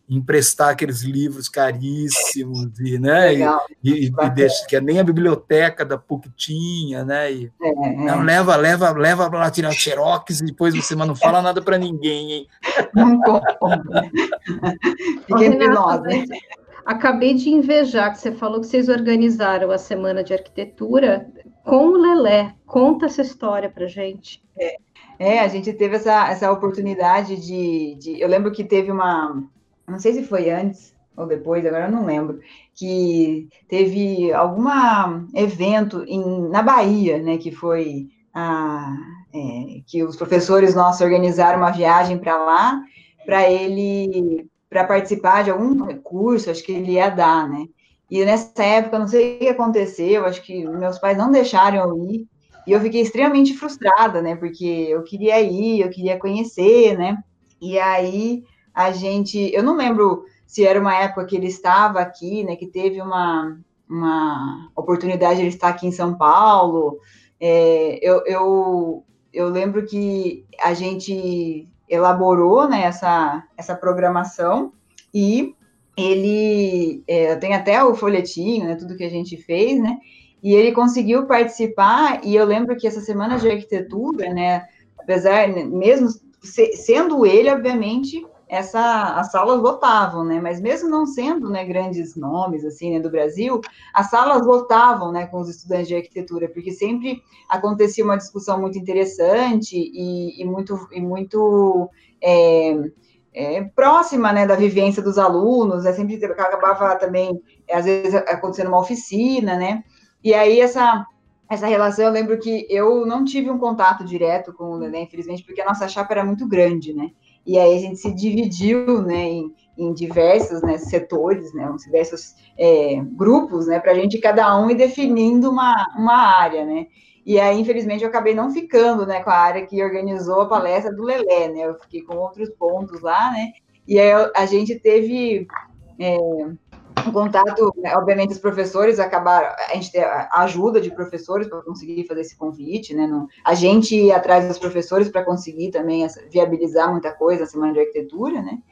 emprestar aqueles livros caríssimos, e, né, e, e, e deixa, que nem a biblioteca da P U C tinha, né, e, é, é. Não, leva, leva, leva lá tirar xerox, e depois você, mas não fala nada para ninguém, hein? Não conta. Fica entre nós, né? Acabei de invejar que você falou que vocês organizaram a Semana de Arquitetura com o Lelé. Conta essa história para gente. É, é, a gente teve essa, essa oportunidade de, de... Eu lembro que teve uma... Não sei se foi antes ou depois, agora eu não lembro. Que teve algum evento em, na Bahia, né? Que foi... A, é, que os professores nossos organizaram uma viagem para lá, para ele... para participar de algum curso, acho que ele ia dar, né? E nessa época, não sei o que aconteceu, acho que meus pais não deixaram eu ir, e eu fiquei extremamente frustrada, né? Porque eu queria ir, eu queria conhecer, né? E aí, a gente... Eu não lembro se era uma época que ele estava aqui, né? Que teve uma, uma oportunidade de ele estar aqui em São Paulo. É, eu, eu, eu lembro que a gente... elaborou, né, essa, essa programação, e ele, é, eu tenho até o folhetinho, né, tudo que a gente fez, né, e ele conseguiu participar, e eu lembro que essa Semana de Arquitetura, né, apesar, mesmo se, sendo ele, obviamente, essa, as salas lotavam, né, mas mesmo não sendo, né, grandes nomes, assim, né, do Brasil, as salas lotavam, né, com os estudantes de arquitetura, porque sempre acontecia uma discussão muito interessante e, e muito, e muito é, é, próxima, né, da vivência dos alunos, né, sempre acabava também, às vezes, acontecendo uma oficina, né, e aí essa... Essa relação, eu lembro que eu não tive um contato direto com o Lelé, infelizmente, porque a nossa chapa era muito grande, né? E aí a gente se dividiu, né, em, em diversos, né, setores, né, diversos é, grupos, né, para a gente, cada um, ir definindo uma, uma área, né? E aí, infelizmente, eu acabei não ficando, né, com a área que organizou a palestra do Lelé, né? Eu fiquei com outros pontos lá, né? E aí a gente teve... É, um contato, né, obviamente, os professores acabaram, a gente tem a ajuda de professores para conseguir fazer esse convite, né, no, a gente ir atrás dos professores para conseguir também essa, viabilizar muita coisa, a Semana de Arquitetura, né,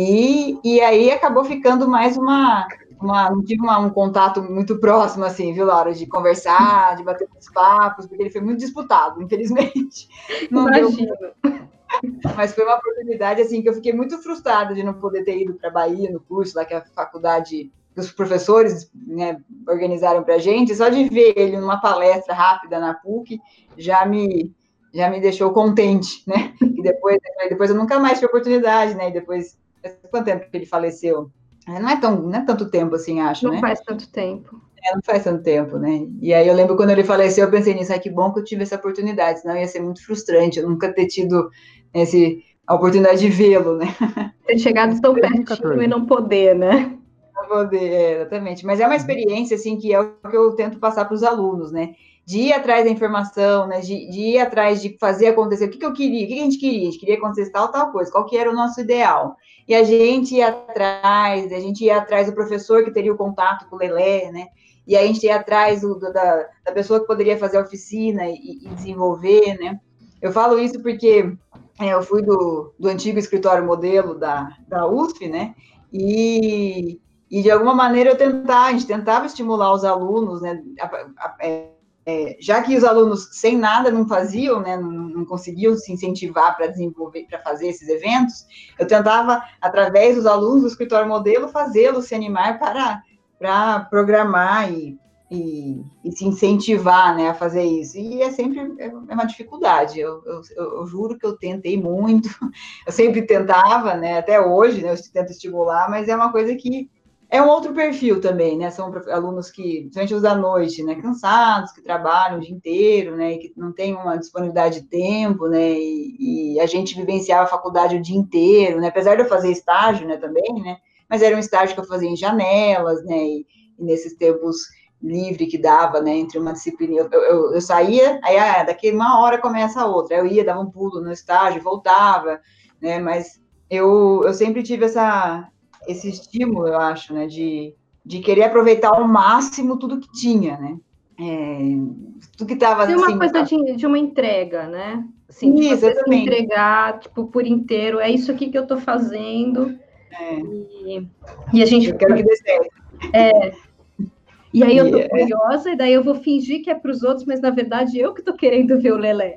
e, e aí acabou ficando mais uma, uma não tive uma, um contato muito próximo, assim, viu, Laura, de conversar, de bater uns papos, porque ele foi muito disputado, infelizmente. Não Imagina. Deu... Mas foi uma oportunidade, assim, que eu fiquei muito frustrada de não poder ter ido para a Bahia, no curso lá que a faculdade, que os professores, né, organizaram para a gente, só de ver ele numa palestra rápida na P U C, já me, já me deixou contente, né, e depois, depois eu nunca mais tive oportunidade, né, e depois, quanto tempo que ele faleceu? Não é, tão, não é tanto tempo, assim, acho, não né? Não faz tanto tempo. É, não faz tanto tempo, né? E aí eu lembro quando ele faleceu, eu pensei nisso, ah, que bom que eu tive essa oportunidade, senão ia ser muito frustrante, eu nunca ter tido esse, a oportunidade de vê-lo, né? Ter chegado tão pertinho e não poder, né? Não poder, é, exatamente. Mas é uma experiência, assim, que é o que eu tento passar para os alunos, né? De ir atrás da informação, né? De, de ir atrás de fazer acontecer. O que, que eu queria? O que, que a gente queria? A gente queria acontecer tal, tal coisa. Qual que era o nosso ideal? E a gente ia atrás, a gente ia atrás do professor que teria o contato com o Lelé, né? E aí a gente ia atrás do, da, da pessoa que poderia fazer a oficina e, e desenvolver, né? Eu falo isso porque é, eu fui do, do antigo escritório modelo da, da U S P, né? E, e, de alguma maneira, eu tentava, a gente tentava estimular os alunos, né? A, a, é, é, já que os alunos sem nada não faziam, né? Não, não conseguiam se incentivar para desenvolver, para fazer esses eventos, eu tentava, através dos alunos do escritório modelo, fazê-los se animar para... para programar e, e, e se incentivar, né, a fazer isso. E é sempre é uma dificuldade. Eu, eu, eu juro que eu tentei muito, eu sempre tentava, né, até hoje, né, eu tento estimular, mas é uma coisa que é um outro perfil também, né, são alunos que, principalmente os da noite, né, cansados, que trabalham o dia inteiro, né, e que não tem uma disponibilidade de tempo, né, e, e a gente vivenciava a faculdade o dia inteiro, né, apesar de eu fazer estágio, né, também, né, mas era um estágio que eu fazia em janelas, né, e, e nesses tempos livre que dava, né, entre uma disciplina, eu, eu, eu saía, aí ah, daqui uma hora começa a outra, eu ia, dava um pulo no estágio, voltava, né, mas eu, eu sempre tive essa, esse estímulo, eu acho, né, de, de querer aproveitar ao máximo tudo que tinha, né, é, tudo que estava assim... Tem uma coisa de, de uma entrega, né, assim, de isso, você se entregar, tipo, por inteiro, é isso aqui que eu estou fazendo... É. E, e a gente... Eu quero que dê certo. É... E aí eu tô curiosa, e daí eu vou fingir que é para os outros, mas na verdade eu que tô querendo ver o Lelé.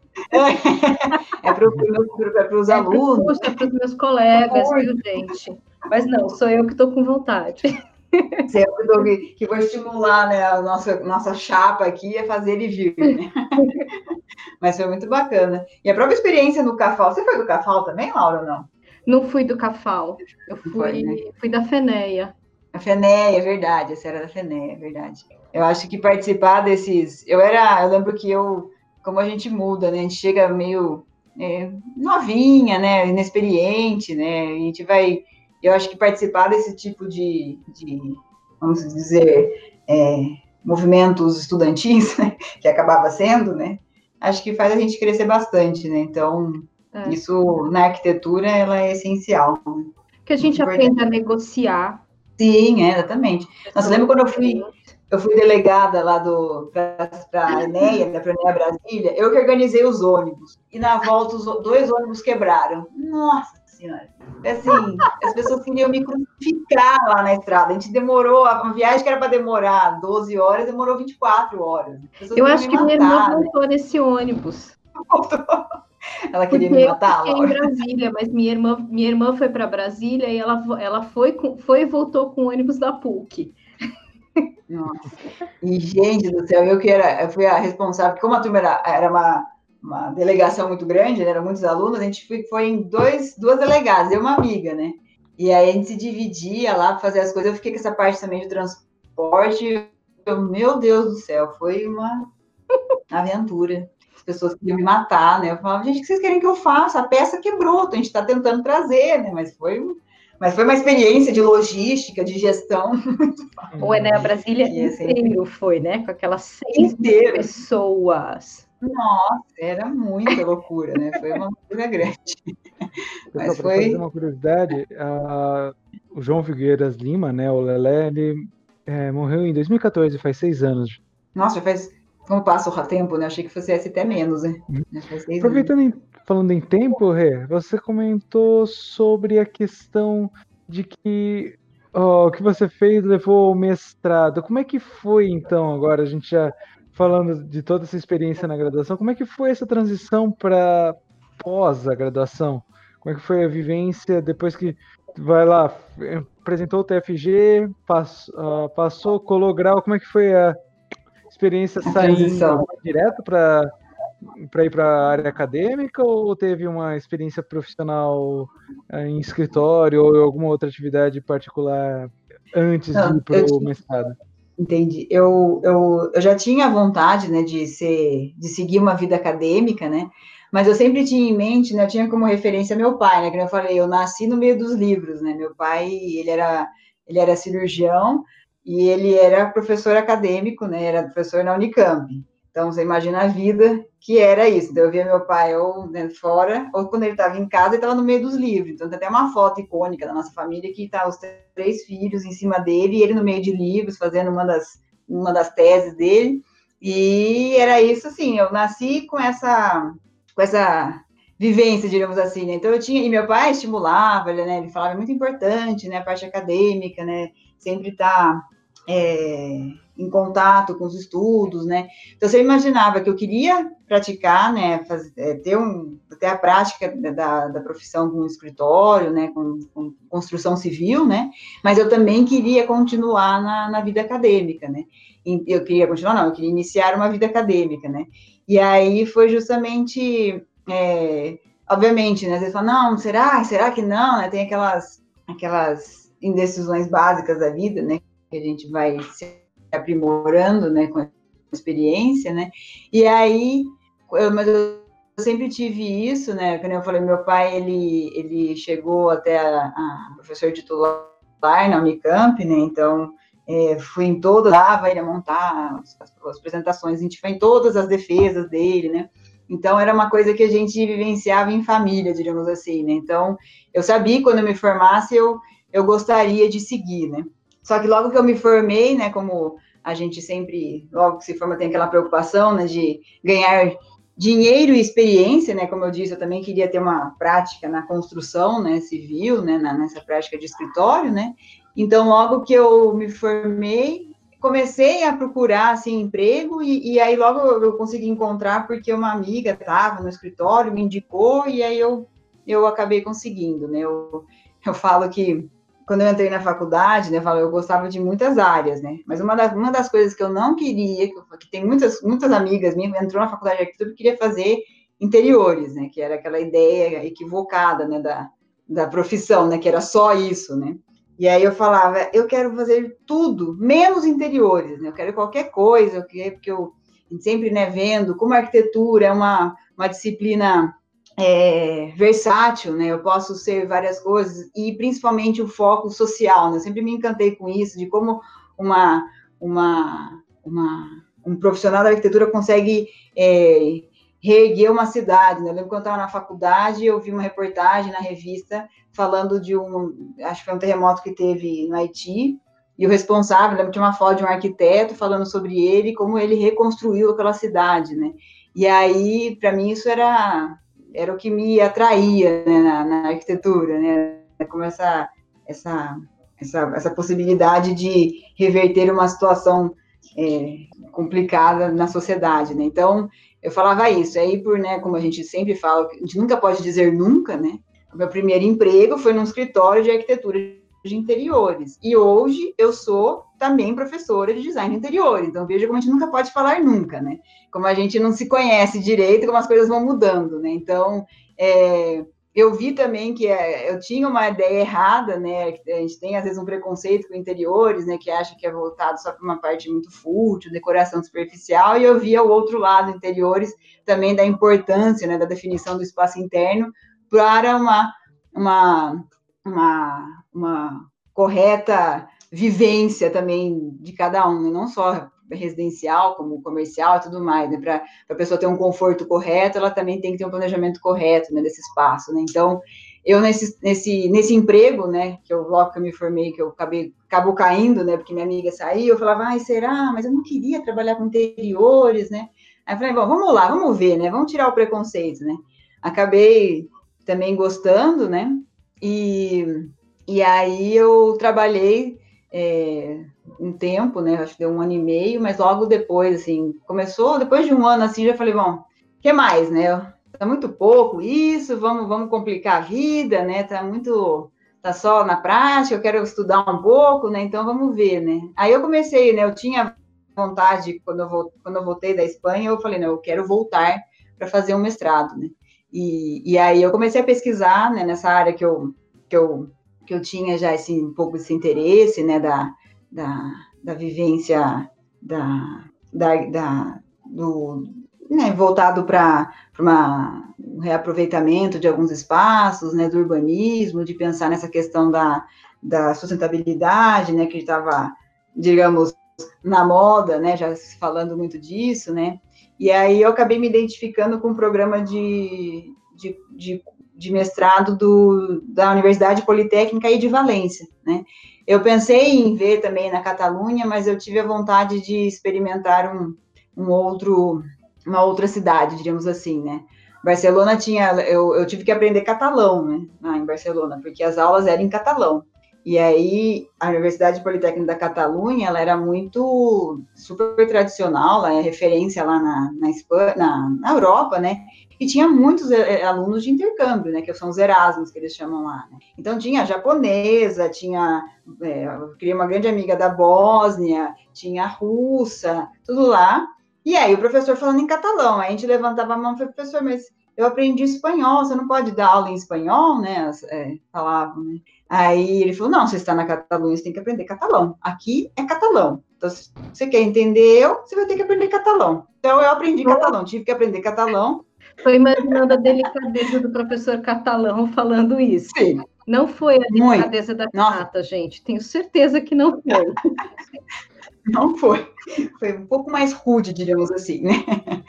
É, é para os alunos. É para os meus colegas, viu, gente? Mas não, sou eu que estou com vontade. Você é que, que vou estimular, né, a nossa, nossa chapa aqui a fazer ele vir, né? Mas foi muito bacana. E a própria experiência no CAFAL, você foi do CAFAL também, Laura, ou não? Não fui do CAFAL, eu fui, foi, né? fui da FENEA. A FENEA, é verdade, essa era da FENEA, é verdade. Eu acho que participar desses... Eu era, eu lembro que eu, como a gente muda, né, a gente chega meio é, novinha, né, inexperiente, né, a gente vai... Eu acho que participar desse tipo de, de vamos dizer, é, movimentos estudantis, né, que acabava sendo, né, acho que faz a gente crescer bastante, né, então, é. Isso na arquitetura, ela é essencial. Né? Que a gente aprende a negociar. Sim, é, exatamente. Nossa, eu lembro quando eu fui, eu fui delegada lá para a Enéia, né, para a Enéia Brasília, eu que organizei os ônibus, e na volta os dois ônibus quebraram. Nossa Senhora! Assim, as pessoas queriam me crucificar lá na estrada. A gente demorou, a viagem que era para demorar doze horas, demorou vinte e quatro horas. Eu acho que matar, minha irmã né? voltou nesse ônibus. Ela queria Porque me matar, eu fiquei em Brasília, mas minha irmã, minha irmã foi para Brasília e ela, ela foi, com, foi e voltou com o ônibus da P U C. Nossa. E, gente do céu, eu que era, eu fui a responsável, porque como a turma era, era uma, uma delegação muito grande, né, eram muitos alunos, a gente foi, foi em dois, duas delegadas, eu e uma amiga, né? E aí a gente se dividia lá para fazer as coisas. Eu fiquei com essa parte também de transporte. Eu, meu Deus do céu, foi uma aventura. As pessoas queriam me matar, né? Eu falava, gente, o que vocês querem que eu faça? A peça quebrou, a gente está tentando trazer, né? Mas foi, mas foi uma experiência de logística, de gestão muito fácil. O Enéa Brasília e, assim, inteiro foi, né? Com aquelas seis inteiro. pessoas. Nossa, era muita loucura, né? Foi uma loucura grande. Mas foi... Para fazer uma curiosidade, a... o João Figueiras Lima, né? O Lelé, ele é, morreu em dois mil e quatorze, faz seis anos. Nossa, já faz... Como passa o tempo, né? Achei que fosse até menos, né? Aproveitando, em, falando em tempo, Rê, você comentou sobre a questão de que oh, o que você fez levou ao mestrado. Como é que foi, então, agora, a gente já falando de toda essa experiência na graduação, como é que foi essa transição para pós a graduação? Como é que foi a vivência depois que vai lá, apresentou o T F G, passou, uh, passou colou grau, como é que foi a experiência saindo direto para para ir para a área acadêmica ou teve uma experiência profissional em escritório ou alguma outra atividade particular antes Não, de ir para o mestrado? Entendi. Eu, eu, eu já tinha vontade, né, de ser, de seguir uma vida acadêmica, né, mas eu sempre tinha em mente, né, eu tinha como referência meu pai, né, que eu falei, eu nasci no meio dos livros, né, meu pai, ele era, ele era cirurgião e ele era professor acadêmico, né, era professor na Unicamp. Então, você imagina a vida que era isso. Então, eu via meu pai ou né, fora, ou quando ele estava em casa, ele estava no meio dos livros. Então, tem até uma foto icônica da nossa família que está os três filhos em cima dele, e ele no meio de livros, fazendo uma das, uma das teses dele. E era isso, assim, eu nasci com essa, com essa vivência, digamos assim, né? Então, eu tinha... E meu pai estimulava, ele, né, ele falava, é muito importante, né, a parte acadêmica, né, sempre tá... É, em contato com os estudos, né? Então, você imaginava que eu queria praticar, né, fazer, ter, um, ter a prática da, da profissão com escritório, né, com, com construção civil, né, mas eu também queria continuar na, na vida acadêmica, né? Eu queria continuar, não, eu queria iniciar uma vida acadêmica, né? E aí foi justamente, é, obviamente, né, você fala, não, será? Será que não? Né? Tem aquelas, aquelas indecisões básicas da vida, né, que a gente vai se aprimorando, né, com a experiência, né, e aí, eu, mas eu sempre tive isso, né, como eu falei, meu pai, ele, ele chegou até a, a professor titular na Unicamp, né, então, é, fui em todas, dava ele a montar as, as apresentações, a gente foi em todas as defesas dele, né, então, era uma coisa que a gente vivenciava em família, digamos assim, né, então, eu sabia que quando eu me formasse, eu, eu gostaria de seguir, né. Só que logo que eu me formei, né, como a gente sempre, logo que se forma, tem aquela preocupação, né, de ganhar dinheiro e experiência, né, como eu disse, eu também queria ter uma prática na construção, né, civil, né, na, nessa prática de escritório, né, então logo que eu me formei, comecei a procurar, assim, emprego, e, e aí logo eu consegui encontrar, porque uma amiga estava no escritório, me indicou, e aí eu, eu acabei conseguindo, né, eu, eu falo que quando eu entrei na faculdade, né, eu, falo, eu gostava de muitas áreas, né, mas uma das, uma das coisas que eu não queria, que, eu, que tem muitas, muitas amigas minhas, entrou na faculdade de arquitetura, queria fazer interiores, né, que era aquela ideia equivocada, né, da, da profissão, né, que era só isso, né, e aí eu falava, eu quero fazer tudo, menos interiores, né, eu quero qualquer coisa, eu quero, porque eu sempre, né, vendo como a arquitetura é uma, uma disciplina É, versátil, né? Eu posso ser várias coisas, e principalmente o foco social, né? Eu sempre me encantei com isso, de como uma, uma, uma, um profissional da arquitetura consegue é, reerguer uma cidade, né? Eu lembro quando eu estava na faculdade, eu vi uma reportagem na revista falando de um, acho que foi um terremoto que teve no Haiti, e o responsável, lembro, tinha uma foto de um arquiteto falando sobre ele, como ele reconstruiu aquela cidade, né? E aí, para mim, isso era... era o que me atraía, né, na, na arquitetura, né, como essa, essa, essa, essa possibilidade de reverter uma situação é, complicada na sociedade, né, então eu falava isso, aí por, né, como a gente sempre fala, a gente nunca pode dizer nunca, né, o meu primeiro emprego foi num escritório de arquitetura de interiores, e hoje eu sou também professora de design de interiores, então veja como a gente nunca pode falar nunca, né, como a gente não se conhece direito, como as coisas vão mudando, né, então, é, eu vi também que é, eu tinha uma ideia errada, né, a gente tem às vezes um preconceito com interiores, né, que acha que é voltado só para uma parte muito fútil, decoração superficial, e eu via o outro lado, interiores, também da importância, né, da definição do espaço interno, para uma, uma, uma, uma correta vivência também de cada um, né? Não só residencial, como comercial e tudo mais, né? Para a pessoa ter um conforto correto, ela também tem que ter um planejamento correto, né, desse espaço, né? Então, eu nesse, nesse, nesse emprego, né, que eu logo que eu me formei, que eu acabei, acabou caindo, né, porque minha amiga saiu, eu falava, ai, será? Mas eu não queria trabalhar com interiores, né? Aí eu falei, bom, vamos lá, vamos ver, né? Vamos tirar o preconceito, né? Acabei também gostando, né? E, e aí eu trabalhei é, um tempo, né? Acho que deu um ano e meio, mas logo depois, assim, começou, depois de um ano, assim, já falei, bom, o que mais, né? Tá muito pouco isso, vamos, vamos complicar a vida, né? Tá muito, tá só na prática, eu quero estudar um pouco, né? Então vamos ver, né? Aí eu comecei, né? Eu tinha vontade, quando eu, quando eu voltei da Espanha, eu falei, não, eu quero voltar para fazer um mestrado, né? E, e aí eu comecei a pesquisar, né, nessa área que eu, que eu, que eu tinha já esse, um pouco esse interesse, né, da, da, da vivência, da, da, da, do, né, voltado para um reaproveitamento de alguns espaços, né, do urbanismo, de pensar nessa questão da, da sustentabilidade, né, que estava, digamos, na moda, né, já se falando muito disso, né, e aí eu acabei me identificando com um programa de, de, de, de mestrado do, da Universidade Politécnica e de Valência, né. Eu pensei em ver também na Catalunha, mas eu tive a vontade de experimentar um, um outro, uma outra cidade, diríamos assim, né. Barcelona tinha, eu, eu tive que aprender catalão, né, lá em Barcelona, porque as aulas eram em catalão. E aí, a Universidade Politécnica da Catalunha, ela era muito, super tradicional, ela é referência lá na, na Espanha, na, na Europa, né, e tinha muitos alunos de intercâmbio, né, que são os Erasmus, que eles chamam lá, né. Então, tinha japonesa, tinha, é, eu criei uma grande amiga da Bósnia, tinha russa, tudo lá, e aí o professor falando em catalão, aí a gente levantava a mão e falou, professor, mas eu aprendi espanhol, você não pode dar aula em espanhol, né, é, falavam, né. Aí ele falou, não, você está na Catalunha, você tem que aprender catalão. Aqui é catalão. Então, se você quer entender eu, você vai ter que aprender catalão. Então, eu aprendi catalão, tive que aprender catalão. Estou imaginando a delicadeza do professor catalão falando isso. Sim. Não foi a delicadeza Muito. da Renata, gente. Tenho certeza que não foi. Não foi. Foi um pouco mais rude, diríamos assim, né?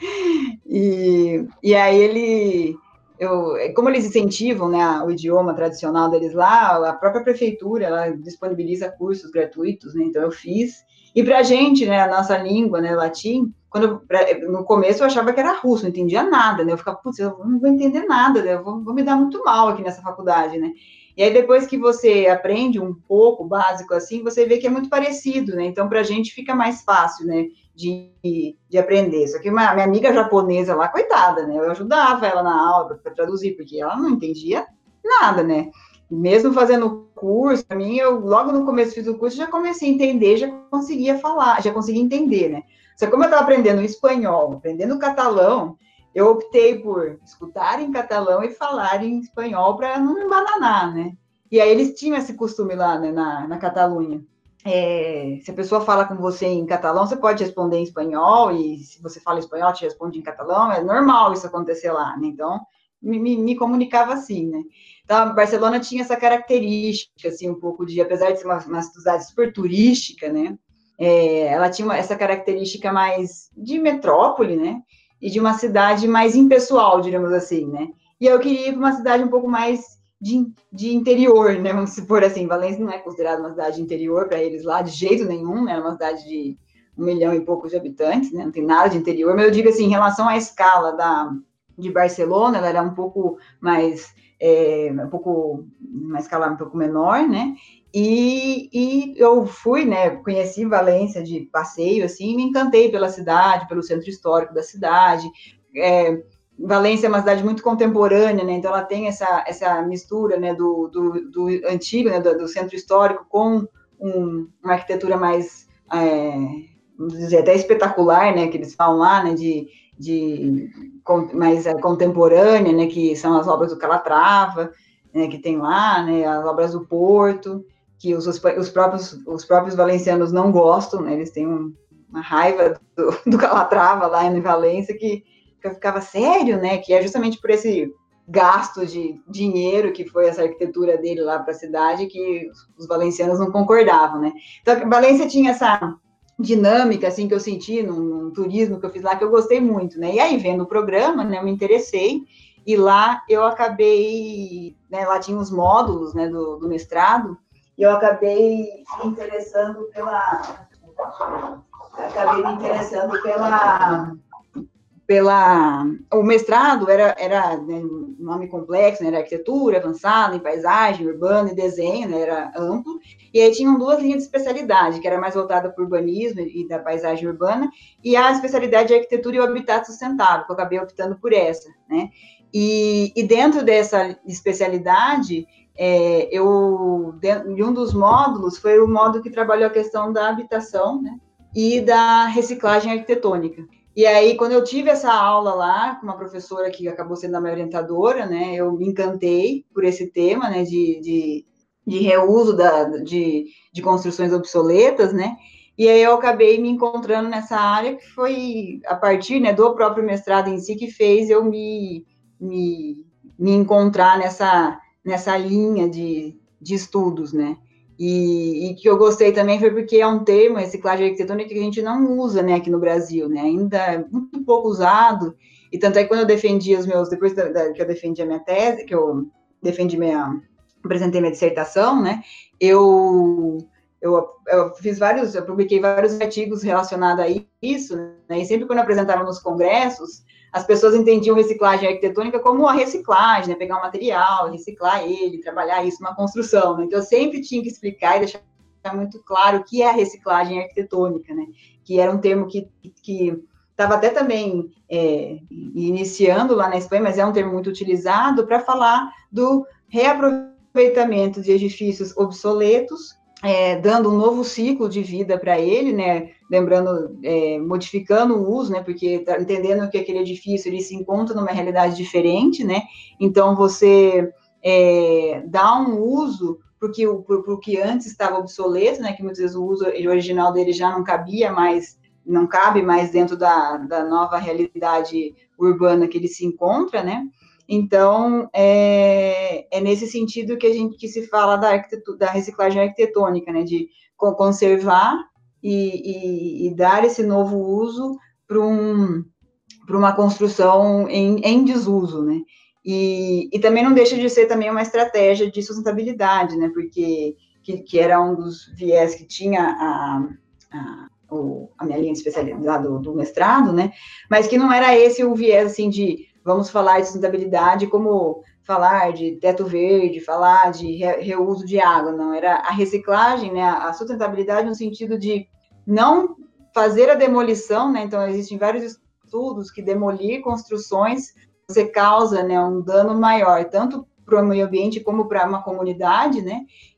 E, e aí ele... Eu, como eles incentivam, né, o idioma tradicional deles lá, a própria prefeitura ela disponibiliza cursos gratuitos, né, então eu fiz, E para a gente, né, a nossa língua, né, latim, quando, pra, no começo eu achava que era russo, não entendia nada, né? Eu ficava, putz, eu não vou entender nada, né? Eu vou, vou me dar muito mal aqui nessa faculdade, né? E aí, depois que você aprende um pouco, básico assim, você vê que é muito parecido, né? Então, para a gente fica mais fácil, né? De, de aprender. Só que uma, minha amiga japonesa lá, coitada, né? Eu ajudava ela na aula para traduzir, porque ela não entendia nada, né? Mesmo fazendo curso, para mim, eu logo no começo fiz o curso, já comecei a entender, já conseguia falar, já conseguia entender, né? Só que como eu estava aprendendo espanhol, aprendendo catalão, eu optei por escutar em catalão e falar em espanhol para não me embananar, né? E aí eles tinham esse costume lá, né, na, na Catalunha. É, se a pessoa fala com você em catalão, você pode responder em espanhol, e se você fala espanhol, te responde em catalão, é normal isso acontecer lá, né? Então, me, me, me comunicava assim, né? Então, Barcelona tinha essa característica, assim, um pouco de, apesar de ser uma, uma cidade super turística, né? É, ela tinha uma, essa característica mais de metrópole, né? E de uma cidade mais impessoal, diríamos assim, né? E eu queria ir para uma cidade um pouco mais de, de interior, né? Vamos supor assim, Valência não é considerada uma cidade de interior para eles lá, de jeito nenhum, né? É uma cidade de um milhão e poucos de habitantes, né? Não tem nada de interior, mas eu digo assim, em relação à escala da, de Barcelona, ela era um pouco mais, é, um pouco, uma escala um pouco menor, né? E, e eu fui, né, conheci Valência de passeio, assim, me encantei pela cidade, pelo centro histórico da cidade. É, Valência é uma cidade muito contemporânea, né, então ela tem essa, essa mistura, né, do, do, do antigo, né, do, do centro histórico com um, uma arquitetura mais, é, vamos dizer, até espetacular, né, que eles falam lá, né, de, de mais é, contemporânea, né, que são as obras do Calatrava, né, que tem lá, né, as obras do Porto, que os, os, próprios, os próprios valencianos não gostam, né? Eles têm um, uma raiva do, do Calatrava lá em Valência, que, que eu ficava sério, né? Que é justamente por esse gasto de dinheiro que foi essa arquitetura dele lá para a cidade, que os valencianos não concordavam, né? Então, Valência tinha essa dinâmica, assim, que eu senti num, num turismo que eu fiz lá, que eu gostei muito, né? E aí, vendo o programa, né, eu me interessei, e lá eu acabei, né, lá tinha os módulos, né, do, do mestrado, e eu acabei me interessando pela, acabei me interessando pela, pela, o mestrado era, era né, um nome complexo, né, era arquitetura avançada, em paisagem, urbano e desenho, né, era amplo, e aí tinham duas linhas de especialidade, que era mais voltada para o urbanismo e da paisagem urbana, e a especialidade de arquitetura e o habitat sustentável, que eu acabei optando por essa, né, e, e dentro dessa especialidade, É, eu, em um dos módulos, foi o módulo que trabalhou a questão da habitação, né, e da reciclagem arquitetônica. E aí, quando eu tive essa aula lá, com uma professora que acabou sendo a minha orientadora, né, eu me encantei por esse tema, né, de, de, de reuso da, de, de construções obsoletas, né, e aí eu acabei me encontrando nessa área, que foi a partir, né, do próprio mestrado em si, que fez eu me, me, me encontrar nessa nessa linha de, de estudos, né, e, e que eu gostei também foi porque é um termo, reciclagem arquitetônica, que a gente não usa, né, aqui no Brasil, né, ainda é muito pouco usado, e tanto é que quando eu defendi os meus, depois da, da, que eu defendi a minha tese, que eu defendi minha, apresentei minha dissertação, né, eu, eu, eu fiz vários, eu publiquei vários artigos relacionados a isso, né, e sempre quando eu apresentava nos congressos, as pessoas entendiam reciclagem arquitetônica como a reciclagem, né? Pegar um material, reciclar ele, trabalhar isso numa construção, né? Então, eu sempre tinha que explicar e deixar muito claro o que é a reciclagem arquitetônica, né? Que era um termo que estava até também é, iniciando lá na Espanha, mas é um termo muito utilizado para falar do reaproveitamento de edifícios obsoletos, É, dando um novo ciclo de vida para ele, né, lembrando, é, modificando o uso, né, porque tá entendendo que aquele edifício ele se encontra numa realidade diferente, né, então você é, dá um uso porque o pro, que antes estava obsoleto, né, que muitas vezes o uso original dele já não cabia mais, não cabe mais dentro da, da nova realidade urbana que ele se encontra, né. Então, é, é nesse sentido que a gente que se fala da, da reciclagem arquitetônica, né, de conservar e, e, e dar esse novo uso para um, para uma construção em, em desuso, né, e, e também não deixa de ser também uma estratégia de sustentabilidade, né, porque que, que era um dos viés que tinha a, a, o, a minha linha de especialidade do, do mestrado, né, mas que não era esse o viés, assim, de vamos falar de sustentabilidade como falar de teto verde, falar de re, reuso de água, não, era a reciclagem, né, a sustentabilidade no sentido de não fazer a demolição, né, então existem vários estudos que demolir construções, você causa, né, um dano maior, tanto para o meio ambiente como para uma comunidade, né,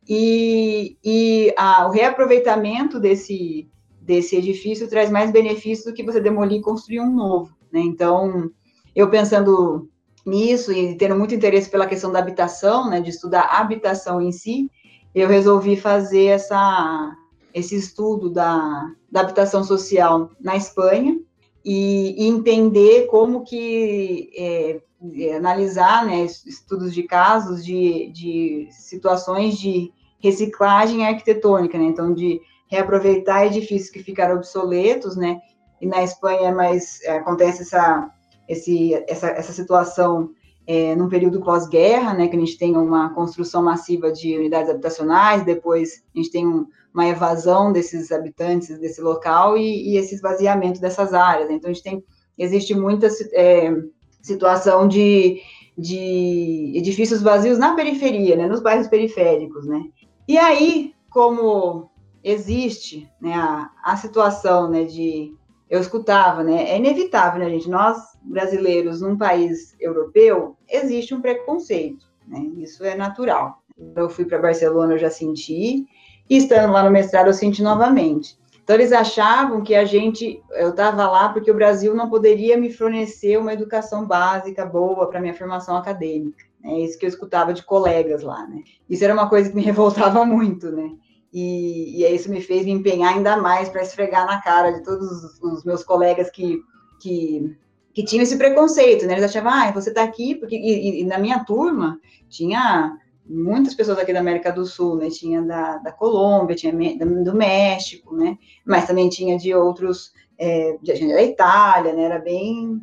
e, e a, o reaproveitamento desse, desse edifício traz mais benefícios do que você demolir e construir um novo, né, então, eu pensando nisso e tendo muito interesse pela questão da habitação, né, de estudar a habitação em si, eu resolvi fazer essa, esse estudo da, da habitação social na Espanha e, e entender como que, é, é, analisar, né, estudos de casos de, de situações de reciclagem arquitetônica, né, então de reaproveitar edifícios que ficaram obsoletos, né, e na Espanha mais, é, acontece essa Esse, essa, essa situação é, num período pós-guerra, né, que a gente tem uma construção massiva de unidades habitacionais, depois a gente tem um, uma evasão desses habitantes desse local e, e esse esvaziamento dessas áreas. Então, a gente tem, existe muita é, situação de, de edifícios vazios na periferia, né, nos bairros periféricos, né. E aí, como existe, né, a, a situação, né, de... Eu escutava, né, é inevitável, né, gente, nós, brasileiros, num país europeu, existe um preconceito, né, isso é natural. Eu fui para Barcelona, eu já senti, e estando lá no mestrado, eu senti novamente. Então, eles achavam que a gente, eu estava lá porque o Brasil não poderia me fornecer uma educação básica boa para minha formação acadêmica, né, isso que eu escutava de colegas lá, né, isso era uma coisa que me revoltava muito, né. E, e isso me fez me empenhar ainda mais para esfregar na cara de todos os, os meus colegas que, que, que tinham esse preconceito, né? Eles achavam, ah, você está aqui, porque... E, e na minha turma tinha muitas pessoas aqui da América do Sul, né? Tinha da, da Colômbia, tinha do México, né? Mas também tinha de outros, é, de, da Itália, né? Era bem,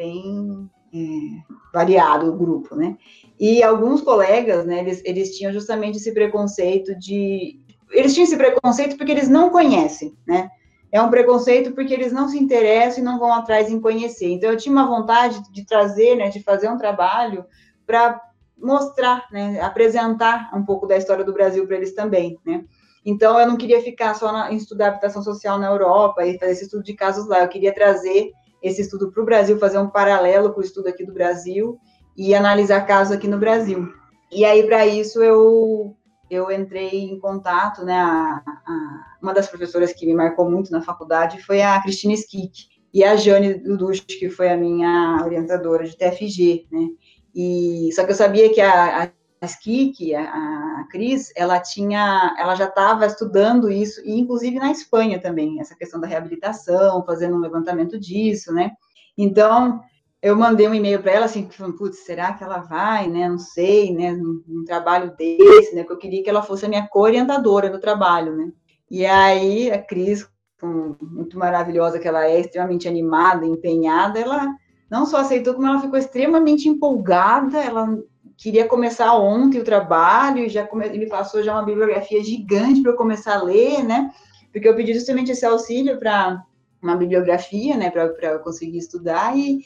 bem é, variado o grupo, né? E alguns colegas, né? Eles, eles tinham justamente esse preconceito de... Eles tinham esse preconceito porque eles não conhecem, né? É um preconceito porque eles não se interessam e não vão atrás em conhecer. Então, eu tinha uma vontade de trazer, né, de fazer um trabalho para mostrar, né, apresentar um pouco da história do Brasil para eles também, né? Então, eu não queria ficar só na, em estudar habitação social na Europa e fazer esse estudo de casos lá. Eu queria trazer esse estudo para o Brasil, fazer um paralelo com o estudo aqui do Brasil e analisar casos aqui no Brasil. E aí, para isso, eu... eu entrei em contato, né, a, a, uma das professoras que me marcou muito na faculdade foi a Cristina Schick, e a Jane Dudusch, que foi a minha orientadora de T F G, né, e, só que eu sabia que a, a Schick, a, a Cris, ela tinha, ela já estava estudando isso, e inclusive na Espanha também, essa questão da reabilitação, fazendo um levantamento disso, né, então... eu mandei um e-mail para ela, assim, falando, putz, será que ela vai, né, não sei, né, num, num trabalho desse, né, que eu queria que ela fosse a minha co-orientadora do trabalho, né, e aí a Cris, muito maravilhosa que ela é, extremamente animada, empenhada, ela não só aceitou, como ela ficou extremamente empolgada, ela queria começar ontem o trabalho, e já come, me passou já uma bibliografia gigante para eu começar a ler, né, porque eu pedi justamente esse auxílio para uma bibliografia, né, para eu conseguir estudar, e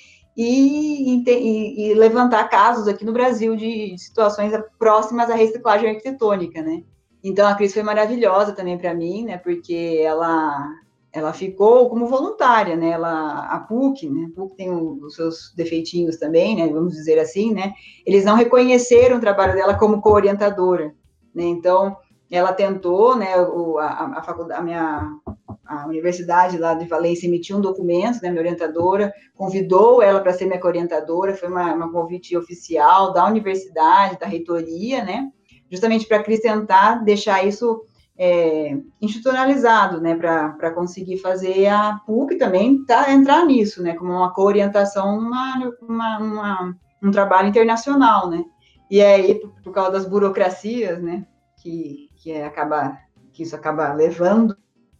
E, e, e levantar casos aqui no Brasil de, de situações próximas à reciclagem arquitetônica, né? Então, a Cris foi maravilhosa também para mim, né? Porque ela, ela ficou como voluntária, né? Ela, a PUC, né? A PUC tem o, os seus defeitinhos também, né? Vamos dizer assim, né? Eles não reconheceram o trabalho dela como co-orientadora, né? Então, ela tentou, né? O, a, a faculdade, a minha... a universidade lá de Valência emitiu um documento, né, minha orientadora, convidou ela para ser minha orientadora, foi uma, uma convite oficial da universidade, da reitoria, né, justamente para acrescentar, deixar isso é, institucionalizado, né, para conseguir fazer a PUC também tá, entrar nisso, né, como uma co-orientação, uma, uma, uma, um trabalho internacional, né, e aí, por, por causa das burocracias, né, que, que, é, acaba, que isso acaba levando,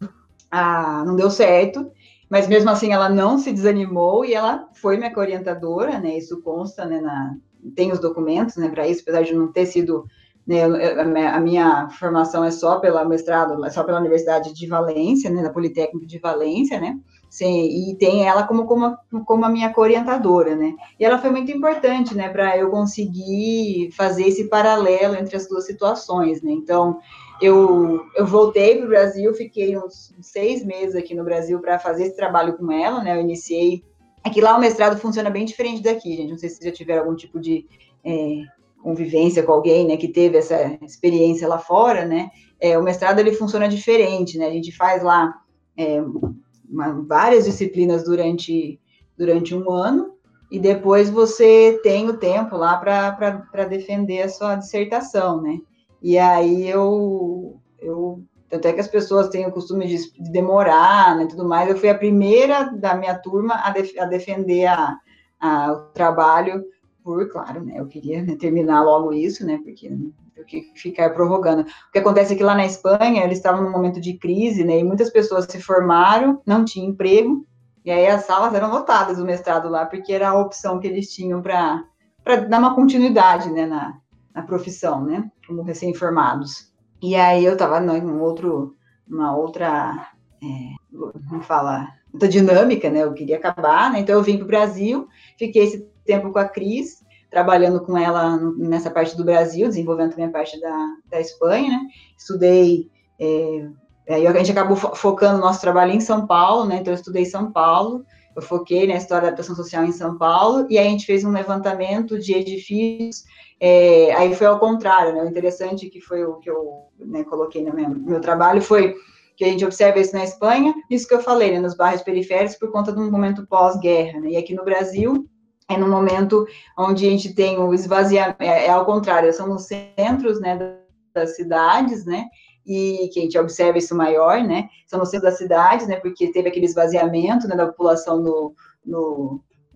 Ah, não deu certo, mas mesmo assim ela não se desanimou e ela foi minha orientadora, né, isso consta, né, na, tem os documentos, né, para isso, apesar de não ter sido né, eu, eu, a minha formação é só pela mestrado, é só pela Universidade de Valência, né, da Politécnica de Valência, né, sim, e tem ela como, como, como a minha co-orientadora, né, e ela foi muito importante, né, para eu conseguir fazer esse paralelo entre as duas situações, né, então, eu, eu voltei para o Brasil, fiquei uns, uns seis meses aqui no Brasil para fazer esse trabalho com ela, né, eu iniciei, é que lá o mestrado funciona bem diferente daqui, gente, não sei se vocês já tiveram algum tipo de é, convivência com alguém, né, que teve essa experiência lá fora, né, é, o mestrado, ele funciona diferente, né, a gente faz lá é, uma, várias disciplinas durante, durante um ano, e depois você tem o tempo lá para defender a sua dissertação, né, e aí eu, eu, tanto é que as pessoas têm o costume de, de demorar, né, tudo mais, eu fui a primeira da minha turma a, def, a defender a, a, o trabalho, por, claro, né, eu queria, né, terminar logo isso, né, porque eu queria ficar prorrogando. O que acontece é que lá na Espanha, eles estavam num momento de crise, né, e muitas pessoas se formaram, não tinham emprego, e aí as salas eram lotadas do mestrado lá, porque era a opção que eles tinham para dar uma continuidade, né, na, na profissão, né, como recém-formados. E aí eu estava num outro, uma outra, é, como fala, outra dinâmica, né, eu queria acabar, né, então eu vim para o Brasil, fiquei esse tempo com a Cris, trabalhando com ela nessa parte do Brasil, desenvolvendo também a parte da, da Espanha, né, estudei, é, aí a gente acabou focando o nosso trabalho em São Paulo, né, então eu estudei São Paulo, eu foquei na história da adaptação social em São Paulo, e aí a gente fez um levantamento de edifícios, é, aí foi ao contrário, né, o interessante que foi o que eu, né, coloquei no meu, no meu trabalho foi que a gente observa isso na Espanha, isso que eu falei, né, nos bairros periféricos, por conta de um momento pós-guerra, né, e aqui no Brasil, é no momento onde a gente tem o esvaziamento, é, é ao contrário, são nos centros, né, das cidades, né, e que a gente observa isso maior, né, são nos centros das cidades, né, porque teve aquele esvaziamento, né, da população no, no,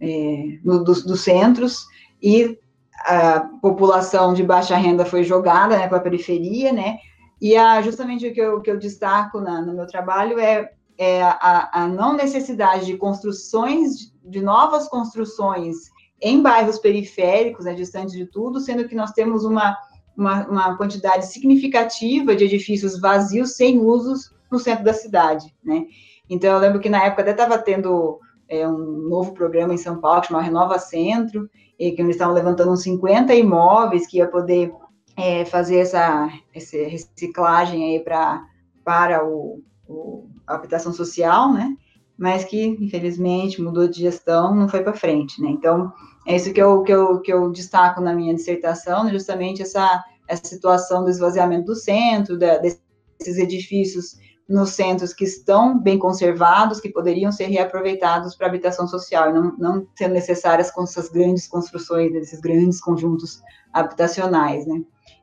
é, no dos, dos centros, e a população de baixa renda foi jogada, né, para a periferia, né, e a, justamente o que eu, que eu destaco na, no meu trabalho é, é a, a não necessidade de construções, de novas construções em bairros periféricos, né, distantes de tudo, sendo que nós temos uma, uma, uma quantidade significativa de edifícios vazios, sem usos, no centro da cidade, né. Então, eu lembro que na época até estava tendo é, um novo programa em São Paulo, que chama Renova Centro, e que eles estavam levantando uns cinquenta imóveis que ia poder é, fazer essa, essa reciclagem aí pra, para o, o, a habitação social, né, mas que, infelizmente, mudou de gestão, não foi para frente, né, então, é isso que eu, que, eu, que eu destaco na minha dissertação, justamente essa, essa situação do esvaziamento do centro, da, desses edifícios nos centros que estão bem conservados, que poderiam ser reaproveitados para habitação social, e não, não sendo necessárias com essas grandes construções, esses grandes conjuntos habitacionais, né.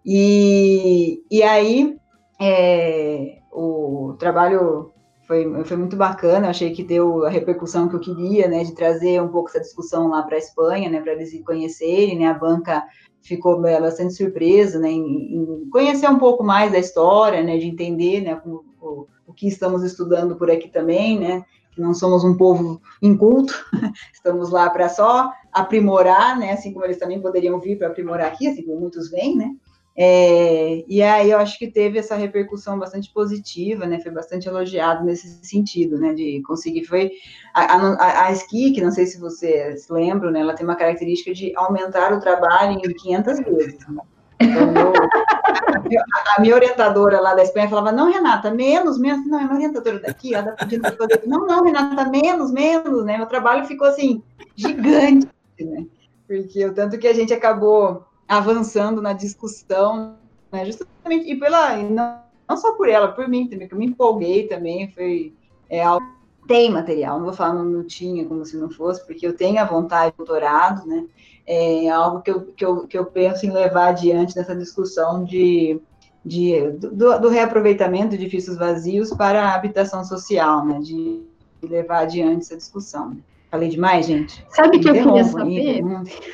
E, e aí, é, o trabalho foi, foi muito bacana, eu achei que deu a repercussão que eu queria, né, de trazer um pouco essa discussão lá para a Espanha, né, para eles conhecerem, né, a banca ficou bastante surpresa, né, em, em conhecer um pouco mais da história, né, de entender, né, como, o, o que estamos estudando por aqui também, né, que não somos um povo inculto, estamos lá para só aprimorar, né, assim como eles também poderiam vir para aprimorar aqui, assim como muitos vêm, né, é, e aí eu acho que teve essa repercussão bastante positiva, né, foi bastante elogiado nesse sentido, né, de conseguir, foi, a, a, a S C I, que não sei se vocês lembram, né, ela tem uma característica de aumentar o trabalho em quinhentas vezes, né? Então, meu, a, a minha orientadora lá da Espanha falava, não, Renata, menos, menos, não, é minha orientadora daqui, ela tá pedindo para fazer, não, não, Renata, menos, menos, né, meu trabalho ficou, assim, gigante, né, porque o tanto que a gente acabou avançando na discussão, né, justamente, e pela, não, não só por ela, por mim também, que eu me empolguei também, foi, é, algo, tem material, não vou falar não, não tinha, como se não fosse, porque eu tenho a vontade de doutorado, né, é algo que eu, que eu, que eu penso em levar adiante nessa discussão de, de, do, do reaproveitamento de edifícios vazios para a habitação social, né, de levar adiante essa discussão, né. Falei demais, gente? Sabe o que eu queria saber?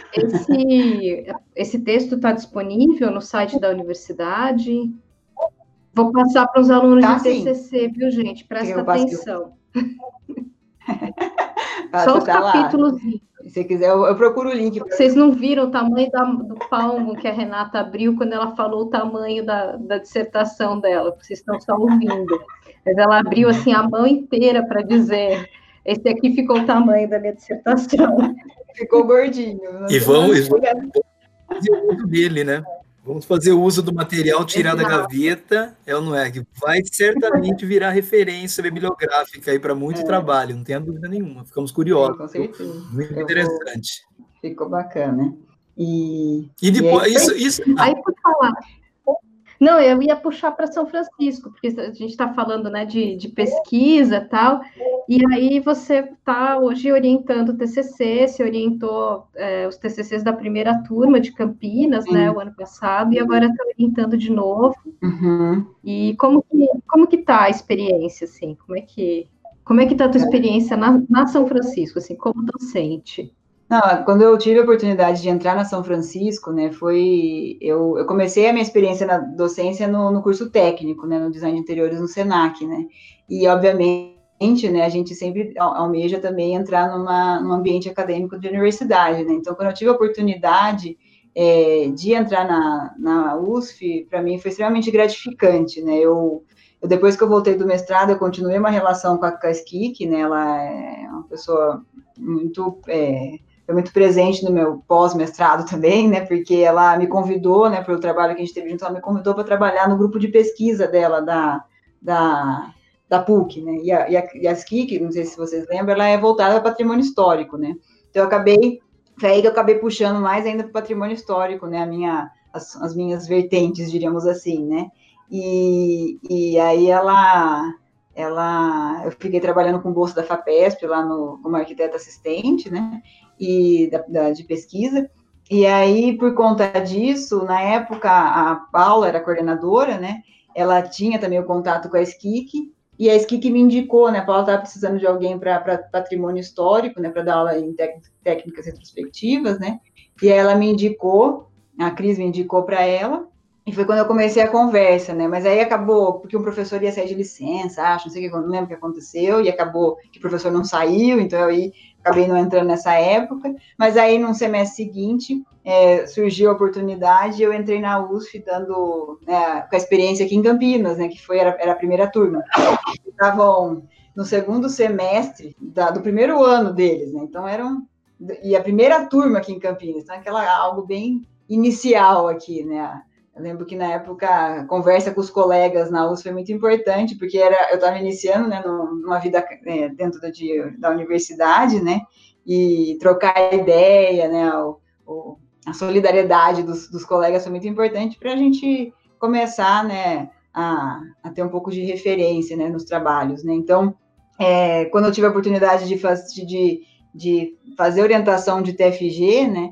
Esse, esse texto está disponível no site da universidade? Vou passar para os alunos tá, de T C C, sim. Viu, gente? Presta atenção. Só os capítulos. Se você quiser, eu, eu procuro o link. Vocês não viram o tamanho da, do palmo que a Renata abriu quando ela falou o tamanho da, da dissertação dela, vocês estão só ouvindo. Mas ela abriu assim a mão inteira para dizer: esse aqui ficou o tamanho da minha dissertação. Ficou gordinho. E vamos, e vamos fazer uso dele, né? Vamos fazer uso do material tirado da gaveta, é ou não é? Que vai certamente virar referência bibliográfica aí para muito é. trabalho, não tenha dúvida nenhuma. Ficamos curiosos. Sim, com certeza. Muito Eu interessante. Vou... Ficou bacana. E, e depois, e aí, isso, isso. Aí, por falar. Não, eu ia puxar para São Francisco, porque a gente está falando, né, de, de pesquisa e tal, e aí você está hoje orientando o T C C, se orientou é, os T C Cs da primeira turma de Campinas, Sim. né, o ano passado, e agora está orientando de novo. Uhum. E como que como que está a experiência, assim? Como é que como é que está a tua experiência na, na São Francisco, assim, como docente? Não, quando eu tive a oportunidade de entrar na São Francisco, né, foi, eu, eu comecei a minha experiência na docência no, no curso técnico, né, no design de interiores no Senac, né, e obviamente, né, a gente sempre almeja também entrar numa, num ambiente acadêmico de universidade, né, então quando eu tive a oportunidade é, de entrar na, na U S F, para mim foi extremamente gratificante, né, eu, eu, depois que eu voltei do mestrado, eu continuei uma relação com a, com a Skik, né, ela é uma pessoa muito... É, foi muito presente no meu pós-mestrado também, né, porque ela me convidou, né, pelo trabalho que a gente teve junto, ela me convidou para trabalhar no grupo de pesquisa dela, da, da, da P U C, né, e a, e a, e a Skik, não sei se vocês lembram, ela é voltada ao patrimônio histórico, né, então eu acabei, foi aí que eu acabei puxando mais ainda para o patrimônio histórico, né, a minha, as, as minhas vertentes, diríamos assim, né, e, e aí ela... Ela, eu fiquei trabalhando com bolsa da FAPESP lá no, como arquiteta assistente, né, e da, da, de pesquisa, e aí, por conta disso, na época, a Paula era coordenadora, né, ela tinha também o contato com a Skik, e a Skik me indicou, né, a Paula estava precisando de alguém para patrimônio histórico, né, para dar aula em tec, técnicas retrospectivas, né, e aí ela me indicou, a Cris me indicou para ela, e foi quando eu comecei a conversa, né, mas aí acabou, porque um professor ia sair de licença, acho, não sei o que, não lembro o que aconteceu, e acabou que o professor não saiu, então eu aí acabei não entrando nessa época, mas aí no semestre seguinte é, surgiu a oportunidade e eu entrei na U S F dando, né, com a experiência aqui em Campinas, né, que foi, era, era a primeira turma. Estavam no segundo semestre da, do primeiro ano deles, né, então eram, e a primeira turma aqui em Campinas, então aquela, algo bem inicial aqui, né. Eu lembro que, na época, a conversa com os colegas na U S F foi muito importante, porque era, eu estava iniciando, né, numa vida é, dentro da, de, da universidade, né, e trocar ideia, né, o, o, a solidariedade dos, dos colegas foi muito importante para a gente começar, né, a, a ter um pouco de referência, né, nos trabalhos, né. Então, é, quando eu tive a oportunidade de, faz, de, de fazer orientação de T F G, né,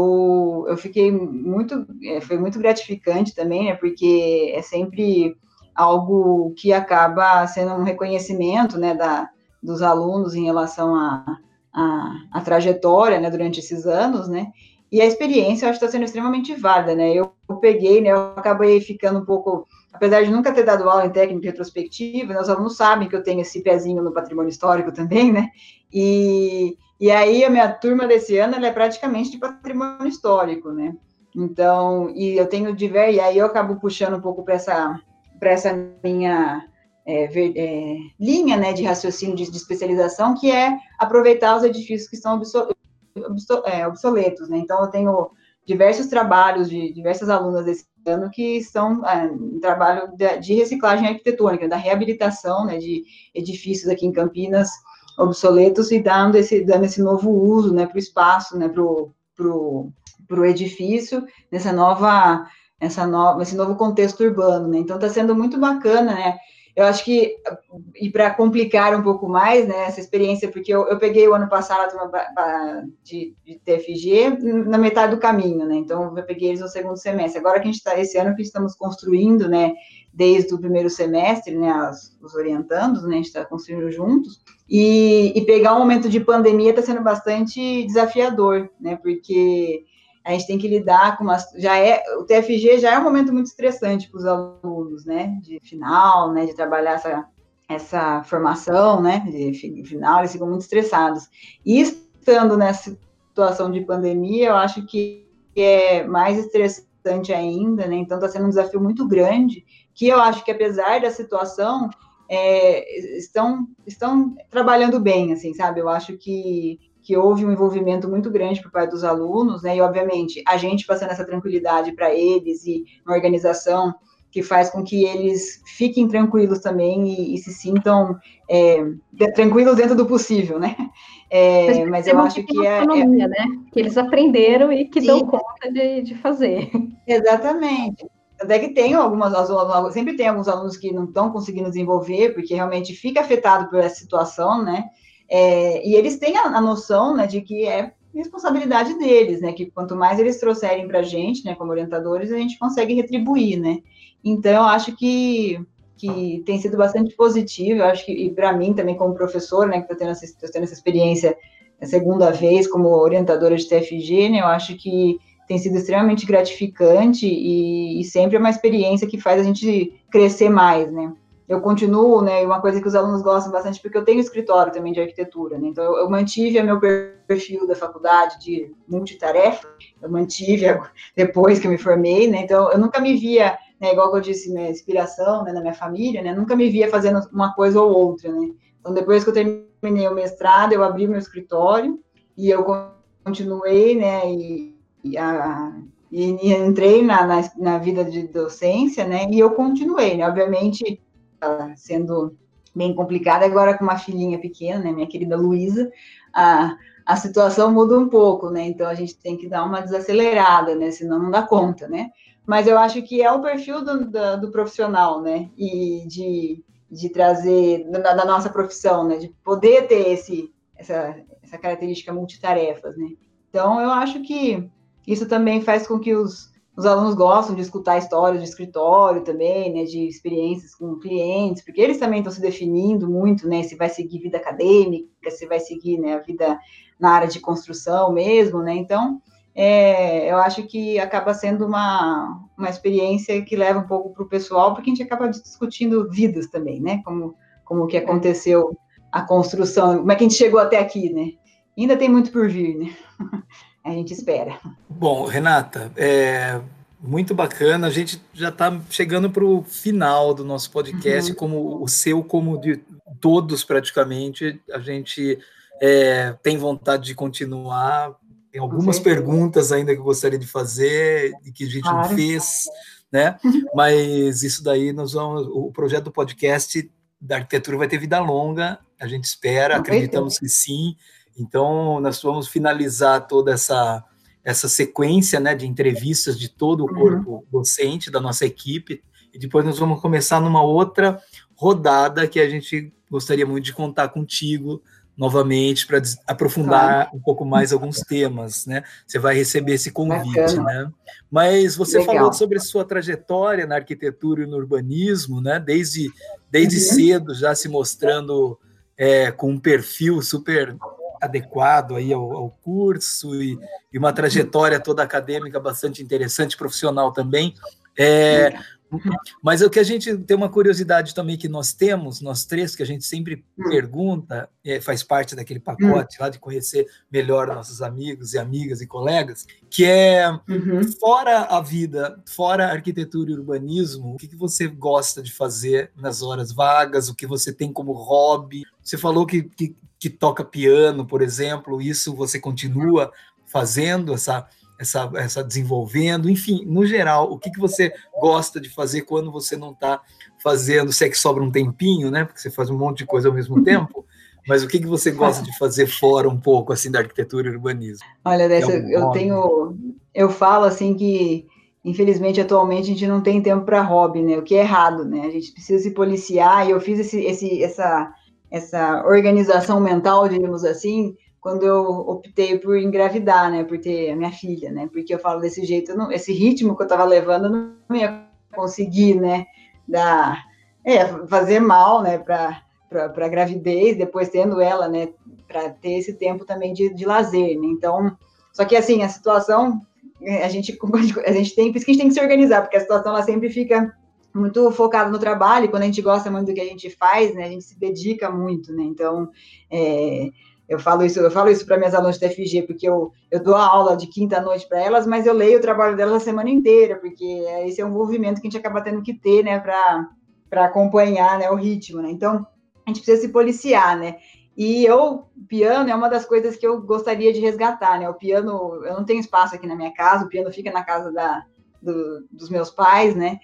eu, eu fiquei muito, é, foi muito gratificante também, né, porque é sempre algo que acaba sendo um reconhecimento, né, da, dos alunos em relação à a, a, a trajetória, né, durante esses anos, né, e a experiência eu acho que está sendo extremamente válida, né, eu, eu peguei, né, eu acabei ficando um pouco, apesar de nunca ter dado aula em técnica retrospectiva, né, os alunos sabem que eu tenho esse pezinho no patrimônio histórico também, né, e... E aí, a minha turma desse ano, ela é praticamente de patrimônio histórico, né? Então, e eu tenho diversos, e aí eu acabo puxando um pouco para essa, para essa minha é, ver, é, linha, né, de raciocínio de, de especialização, que é aproveitar os edifícios que estão obsoletos, é, obsoletos, né? Então, eu tenho diversos trabalhos de diversas alunas desse ano que estão é, em trabalho de, de reciclagem arquitetônica, da reabilitação, né, de edifícios aqui em Campinas, obsoletos, e dando esse, dando esse novo uso, né, para o espaço, né, para o edifício, nessa nova, essa nova, esse novo contexto urbano, né, então está sendo muito bacana, né, eu acho que, e para complicar um pouco mais, né, essa experiência, porque eu, eu peguei o ano passado uma, de, de T F G na metade do caminho, né, então eu peguei eles no segundo semestre, agora que a gente está, esse ano que estamos construindo, né, desde o primeiro semestre, né, as, os orientandos, né, a gente está construindo juntos, e, e pegar um momento de pandemia está sendo bastante desafiador, né, porque a gente tem que lidar com uma, já é, o T F G já é um momento muito estressante para os alunos, né, de final, né, de trabalhar essa, essa formação, né, de final, eles ficam muito estressados, e estando nesse, situação de pandemia, eu acho que é mais estressante ainda, né? Então está sendo um desafio muito grande, que eu acho que apesar da situação, é, estão, estão trabalhando bem, assim, sabe? Eu acho que, que houve um envolvimento muito grande por parte dos alunos, né? E, obviamente, a gente passando essa tranquilidade para eles e uma organização que faz com que eles fiquem tranquilos também e, e se sintam é, de, tranquilos dentro do possível, né? É, mas eu acho que é... autonomia, é... né? Que eles aprenderam e que Sim. dão conta de, de fazer. Exatamente. Até que tem algumas, sempre tem alguns alunos que não estão conseguindo desenvolver, porque realmente fica afetado por essa situação, né? É, e eles têm a, a noção, né, de que é responsabilidade deles, né? Que quanto mais eles trouxerem para a gente, né, como orientadores, a gente consegue retribuir, né? Então, eu acho que, que tem sido bastante positivo, eu acho que, e para mim também como professor, né, que estou tendo, tendo essa experiência a segunda vez como orientadora de T F G, né, eu acho que tem sido extremamente gratificante e, e sempre é uma experiência que faz a gente crescer mais, né. Eu continuo, né, uma coisa que os alunos gostam bastante, porque eu tenho escritório também de arquitetura, né, então eu, eu mantive o meu perfil da faculdade de multitarefa, eu mantive depois que eu me formei, né, então eu nunca me via, né, igual que eu disse, minha inspiração, né, na minha família, né, nunca me via fazendo uma coisa ou outra, né, então depois que eu terminei o mestrado, eu abri meu escritório e eu continuei, né, e, e, a, e entrei na, na, na vida de docência, né, e eu continuei, né, obviamente, sendo bem complicada, agora com uma filhinha pequena, né, minha querida Luísa, a, a situação muda um pouco, né, então a gente tem que dar uma desacelerada, né, senão não dá conta, né, mas eu acho que é o perfil do, do, do profissional, né, e de, de trazer, da, da nossa profissão, né, de poder ter esse, essa, essa característica multitarefas, né, então eu acho que isso também faz com que os Os alunos gostam de escutar histórias de escritório também, né, de experiências com clientes, porque eles também estão se definindo muito, né, se vai seguir vida acadêmica, se vai seguir, né, a vida na área de construção mesmo, né, então, é, eu acho que acaba sendo uma, uma experiência que leva um pouco para o pessoal, porque a gente acaba discutindo vidas também, né, como, como que aconteceu a construção, como é que a gente chegou até aqui, né, ainda tem muito por vir, né. A gente espera. Bom, Renata, é muito bacana. A gente já está chegando para o final do nosso podcast, uhum. Como o seu, como de todos praticamente. A gente é, tem vontade de continuar. Tem algumas perguntas ainda que eu gostaria de fazer e que a gente claro. Não fez, né? Mas isso daí nós vamos. O projeto do podcast da arquitetura vai ter vida longa. A gente espera, não acreditamos que sim. Então, nós vamos finalizar toda essa, essa sequência, né, de entrevistas de todo o corpo uhum. docente da nossa equipe, e depois nós vamos começar numa outra rodada que a gente gostaria muito de contar contigo novamente para aprofundar claro. Um pouco mais alguns temas, né? Você vai receber esse convite, bacana. Né? Mas você Legal. Falou sobre a sua trajetória na arquitetura e no urbanismo, né? Desde, desde uhum. cedo já se mostrando é, com um perfil super adequado aí ao, ao curso e, e uma trajetória toda acadêmica bastante interessante, profissional também. É, mas o que a gente tem uma curiosidade também que nós temos, nós três, que a gente sempre pergunta, é, faz parte daquele pacote lá de conhecer melhor nossos amigos e amigas e colegas, que é, uhum. fora a vida, fora a arquitetura e urbanismo, o que, que você gosta de fazer nas horas vagas, o que você tem como hobby? Você falou que, que, que toca piano, por exemplo, isso você continua fazendo, essa... Essa, essa desenvolvendo, enfim, no geral, o que, que você gosta de fazer quando você não está fazendo, se é que sobra um tempinho, né, porque você faz um monte de coisa ao mesmo tempo, mas o que, que você gosta de fazer fora um pouco, assim, da arquitetura e urbanismo? Olha, dessa, eu tenho, eu falo assim que, infelizmente, atualmente a gente não tem tempo para hobby, né, o que é errado, né, a gente precisa se policiar, e eu fiz esse, esse, essa, essa organização mental, digamos assim, quando eu optei por engravidar, né, por ter a minha filha, né, porque eu falo desse jeito, não, esse ritmo que eu estava levando, eu não ia conseguir, né, dar, é, fazer mal, né, para a gravidez, depois tendo ela, né, para ter esse tempo também de, de lazer, né, então, só que assim, a situação, a gente, a gente tem, por isso que a gente tem que se organizar, porque a situação, ela sempre fica muito focada no trabalho, e quando a gente gosta muito do que a gente faz, né, a gente se dedica muito, né, então, é... Eu falo isso, eu falo isso para minhas alunas de T F G, porque eu, eu dou a aula de quinta à noite para elas, mas eu leio o trabalho delas a semana inteira, porque esse é um movimento que a gente acaba tendo que ter, né, para acompanhar, né, o ritmo, né? Então, a gente precisa se policiar, né? E eu, piano é uma das coisas que eu gostaria de resgatar, né? O piano, eu não tenho espaço aqui na minha casa, o piano fica na casa da, do, dos meus pais, né?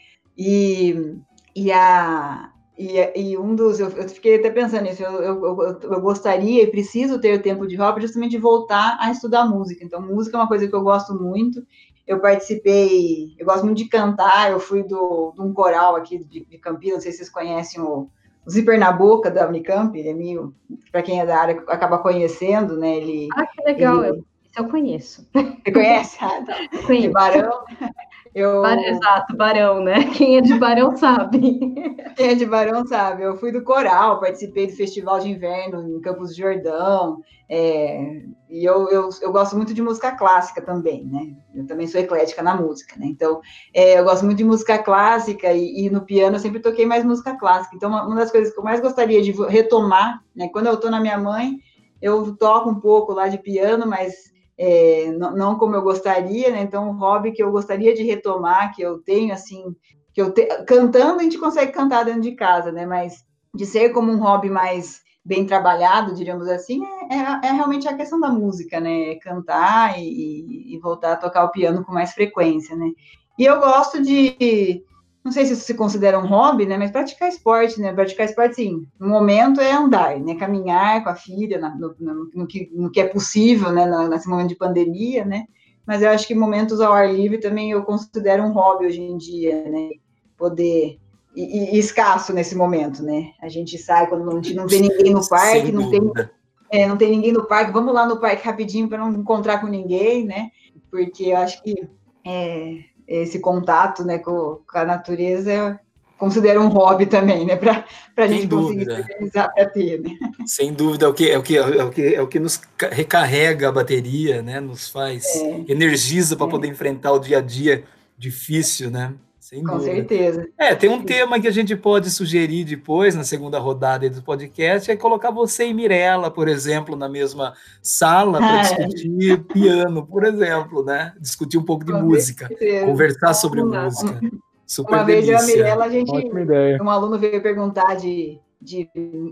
E, e a... E, e um dos, eu, eu fiquei até pensando nisso, eu, eu, eu, eu gostaria e preciso ter o tempo de hobby justamente de voltar a estudar música. Então, música é uma coisa que eu gosto muito. Eu participei, eu gosto muito de cantar, eu fui do, de um coral aqui de, de Campinas, não sei se vocês conhecem o, o Zíper na Boca, da Unicamp, ele é meio, para quem é da área, acaba conhecendo, né? Ele, ah, que legal, ele... eu, isso eu conheço. Você conhece? Ah, tá. Conheço. De Barão. Eu... Exato, Barão, né? Quem é de Barão sabe. Quem é de Barão sabe. Eu fui do coral, participei do Festival de Inverno em Campos do Jordão, é... e eu, eu, eu gosto muito de música clássica também, né? Eu também sou eclética na música, né? Então, é, eu gosto muito de música clássica e, e no piano eu sempre toquei mais música clássica. Então, uma, uma das coisas que eu mais gostaria de retomar, né? Quando eu estou na minha mãe, eu toco um pouco lá de piano, mas... É, não, não como eu gostaria, né? Então, um hobby que eu gostaria de retomar, que eu tenho, assim, que eu te... cantando a gente consegue cantar dentro de casa, né? Mas de ser como um hobby mais bem trabalhado, diríamos assim, é, é, é realmente a questão da música, né? Cantar e, e voltar a tocar o piano com mais frequência, né? E eu gosto de... Não sei se isso se considera um hobby, né? Mas praticar esporte, né? Praticar esporte, sim. No momento é andar, né? Caminhar com a filha, no, no, no, que, no que é possível, né? Nesse momento de pandemia, né? Mas eu acho que momentos ao ar livre também eu considero um hobby hoje em dia, né? Poder... E, e escasso nesse momento, né? A gente sai quando a gente não vê ninguém no parque, não tem, é, não tem ninguém no parque. Vamos lá no parque rapidinho para não encontrar com ninguém, né? Porque eu acho que... É, esse contato, né, com, com a natureza, eu considero um hobby também, né, para a gente conseguir se organizar para ter, né? Sem dúvida, é o que, é o que, é o que, é o que nos recarrega a bateria, né, nos faz, é, energiza para é. poder enfrentar o dia a dia difícil, né? Sem com dúvida. certeza. É, tem um Sim. tema que a gente pode sugerir depois, na segunda rodada do podcast, é colocar você e Mirella, por exemplo, na mesma sala para discutir é. piano, por exemplo, né? Discutir um pouco de com música, certeza. Conversar sobre Uma, música. Super uma delícia. vez eu e a Mirella, a gente, um aluno veio perguntar de, de,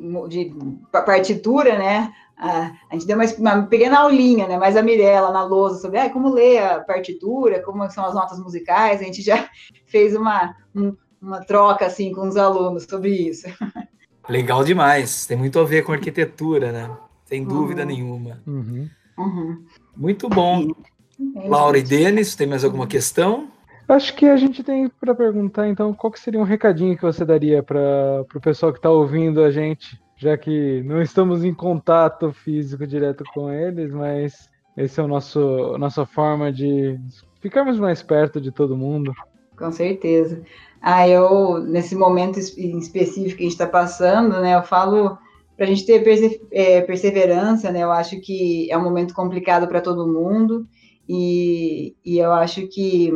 de partitura, né? A, a gente deu uma, uma pequena aulinha, né? Mas a Mirella na lousa sobre ah, como ler a partitura, como são as notas musicais, a gente já fez uma, um, uma troca assim com os alunos sobre isso. Legal demais, tem muito a ver com arquitetura, né? Sem dúvida uhum. nenhuma. Uhum. Uhum. Muito bom. É, Laura e Denis, tem mais alguma questão? Acho que a gente tem para perguntar, então, qual que seria um recadinho que você daria para o pessoal que está ouvindo a gente, já que não estamos em contato físico direto com eles, mas esse é o nosso nossa forma de ficarmos mais perto de todo mundo. Com certeza. Ah, eu, nesse momento em específico que a gente está passando, né, eu falo para a gente ter perse é, perseverança, né, eu acho que é um momento complicado para todo mundo, e, e eu acho que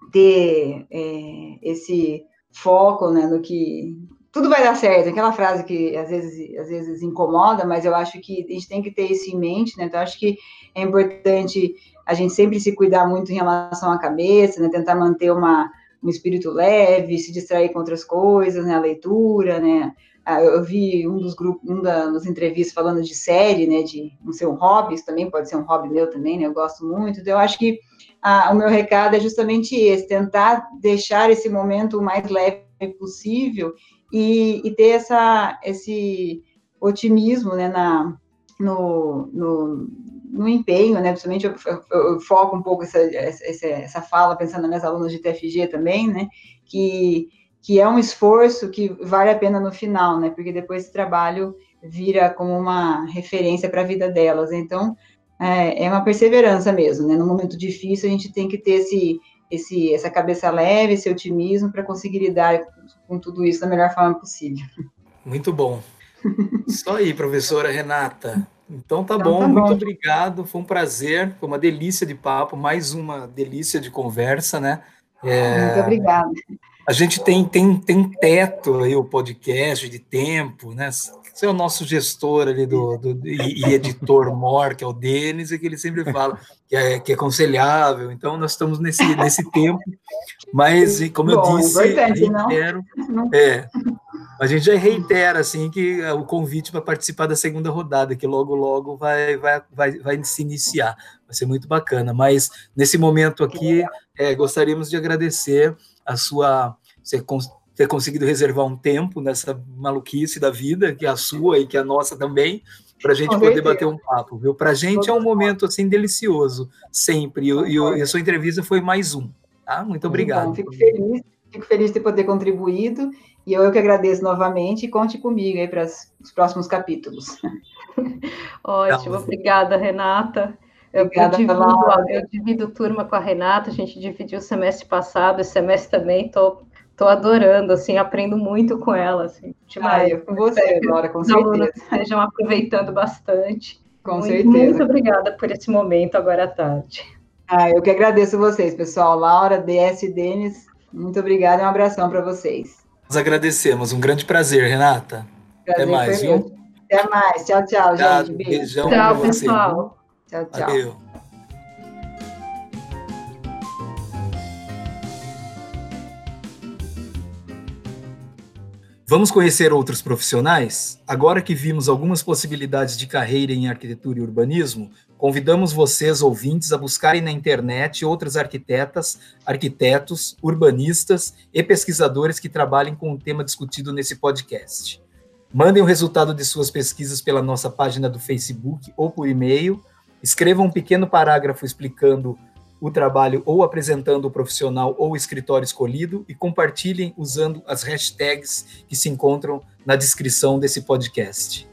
ter é, esse foco, né, no que tudo vai dar certo, aquela frase que às vezes, às vezes incomoda, mas eu acho que a gente tem que ter isso em mente, né, então eu acho que é importante a gente sempre se cuidar muito em relação à cabeça, né, tentar manter uma, um espírito leve, se distrair com outras coisas, né, a leitura, né, eu vi um dos grupos, um das entrevistas falando de série, né, de não ser um hobby, isso também pode ser um hobby meu também, né, eu gosto muito, então eu acho que ah, o meu recado é justamente esse, tentar deixar esse momento o mais leve possível e, e ter essa, esse otimismo, né, na, no, no, no empenho, né, principalmente eu, eu, eu foco um pouco essa, essa, essa fala, pensando nas minhas alunas de T F G também, né, que, que é um esforço que vale a pena no final, né, porque depois esse trabalho vira como uma referência para a vida delas, então é, é uma perseverança mesmo, né, no momento difícil a gente tem que ter esse, esse, essa cabeça leve, esse otimismo para conseguir lidar com tudo isso da melhor forma possível. Muito bom. Isso aí, professora Renata. Então tá, então, bom, tá muito bom. Obrigado, foi um prazer, foi uma delícia de papo, mais uma delícia de conversa, né? É... Muito obrigada. A gente tem, tem, tem teto aí, o podcast de tempo, né? Você é o nosso gestor ali do, do, e, e editor mor, que é o Denis, e que ele sempre fala que é, que é aconselhável. Então, nós estamos nesse, nesse tempo, mas, como Bom, eu disse, reitero, não? é, a gente já reitera assim, que o convite para participar da segunda rodada, que logo, logo vai, vai, vai, vai se iniciar. Vai ser muito bacana. Mas, nesse momento aqui, é, gostaríamos de agradecer a sua... Você ter conseguido reservar um tempo nessa maluquice da vida, que é a sua e que é a nossa também, para a gente poder bater um papo, viu? Para a gente é um momento, assim, delicioso, sempre, e, e, e a sua entrevista foi mais um, tá? Muito obrigado. Bom, fico feliz, fico feliz de poder contribuído, e eu que agradeço novamente, e conte comigo aí para os próximos capítulos. Ótimo, tá. Obrigada, Renata. Eu, Obrigada, eu, divido, eu divido turma com a Renata, a gente dividiu o semestre passado, esse semestre também, estou... Estou adorando, assim, aprendo muito com ela, assim. Ah, eu com você, Laura, com certeza. Os alunos estejam aproveitando bastante. Com muito, certeza. Muito obrigada por esse momento agora à tarde. Ah, eu que agradeço vocês, pessoal. Laura, D S, Denis, muito obrigada e um abração para vocês. Nós agradecemos, um grande prazer, Renata. Prazer Até mais, viu? Meu. Até mais, tchau, tchau, tchau gente. Beijo. Beijão tchau, pra você. pessoal. Tchau, tchau. Valeu. Vamos conhecer outros profissionais? Agora que vimos algumas possibilidades de carreira em arquitetura e urbanismo, convidamos vocês, ouvintes, a buscarem na internet outras arquitetas, arquitetos, urbanistas e pesquisadores que trabalhem com o tema discutido nesse podcast. Mandem o resultado de suas pesquisas pela nossa página do Facebook ou por e-mail, escrevam um pequeno parágrafo explicando o trabalho ou apresentando o profissional ou o escritório escolhido e compartilhem usando as hashtags que se encontram na descrição desse podcast.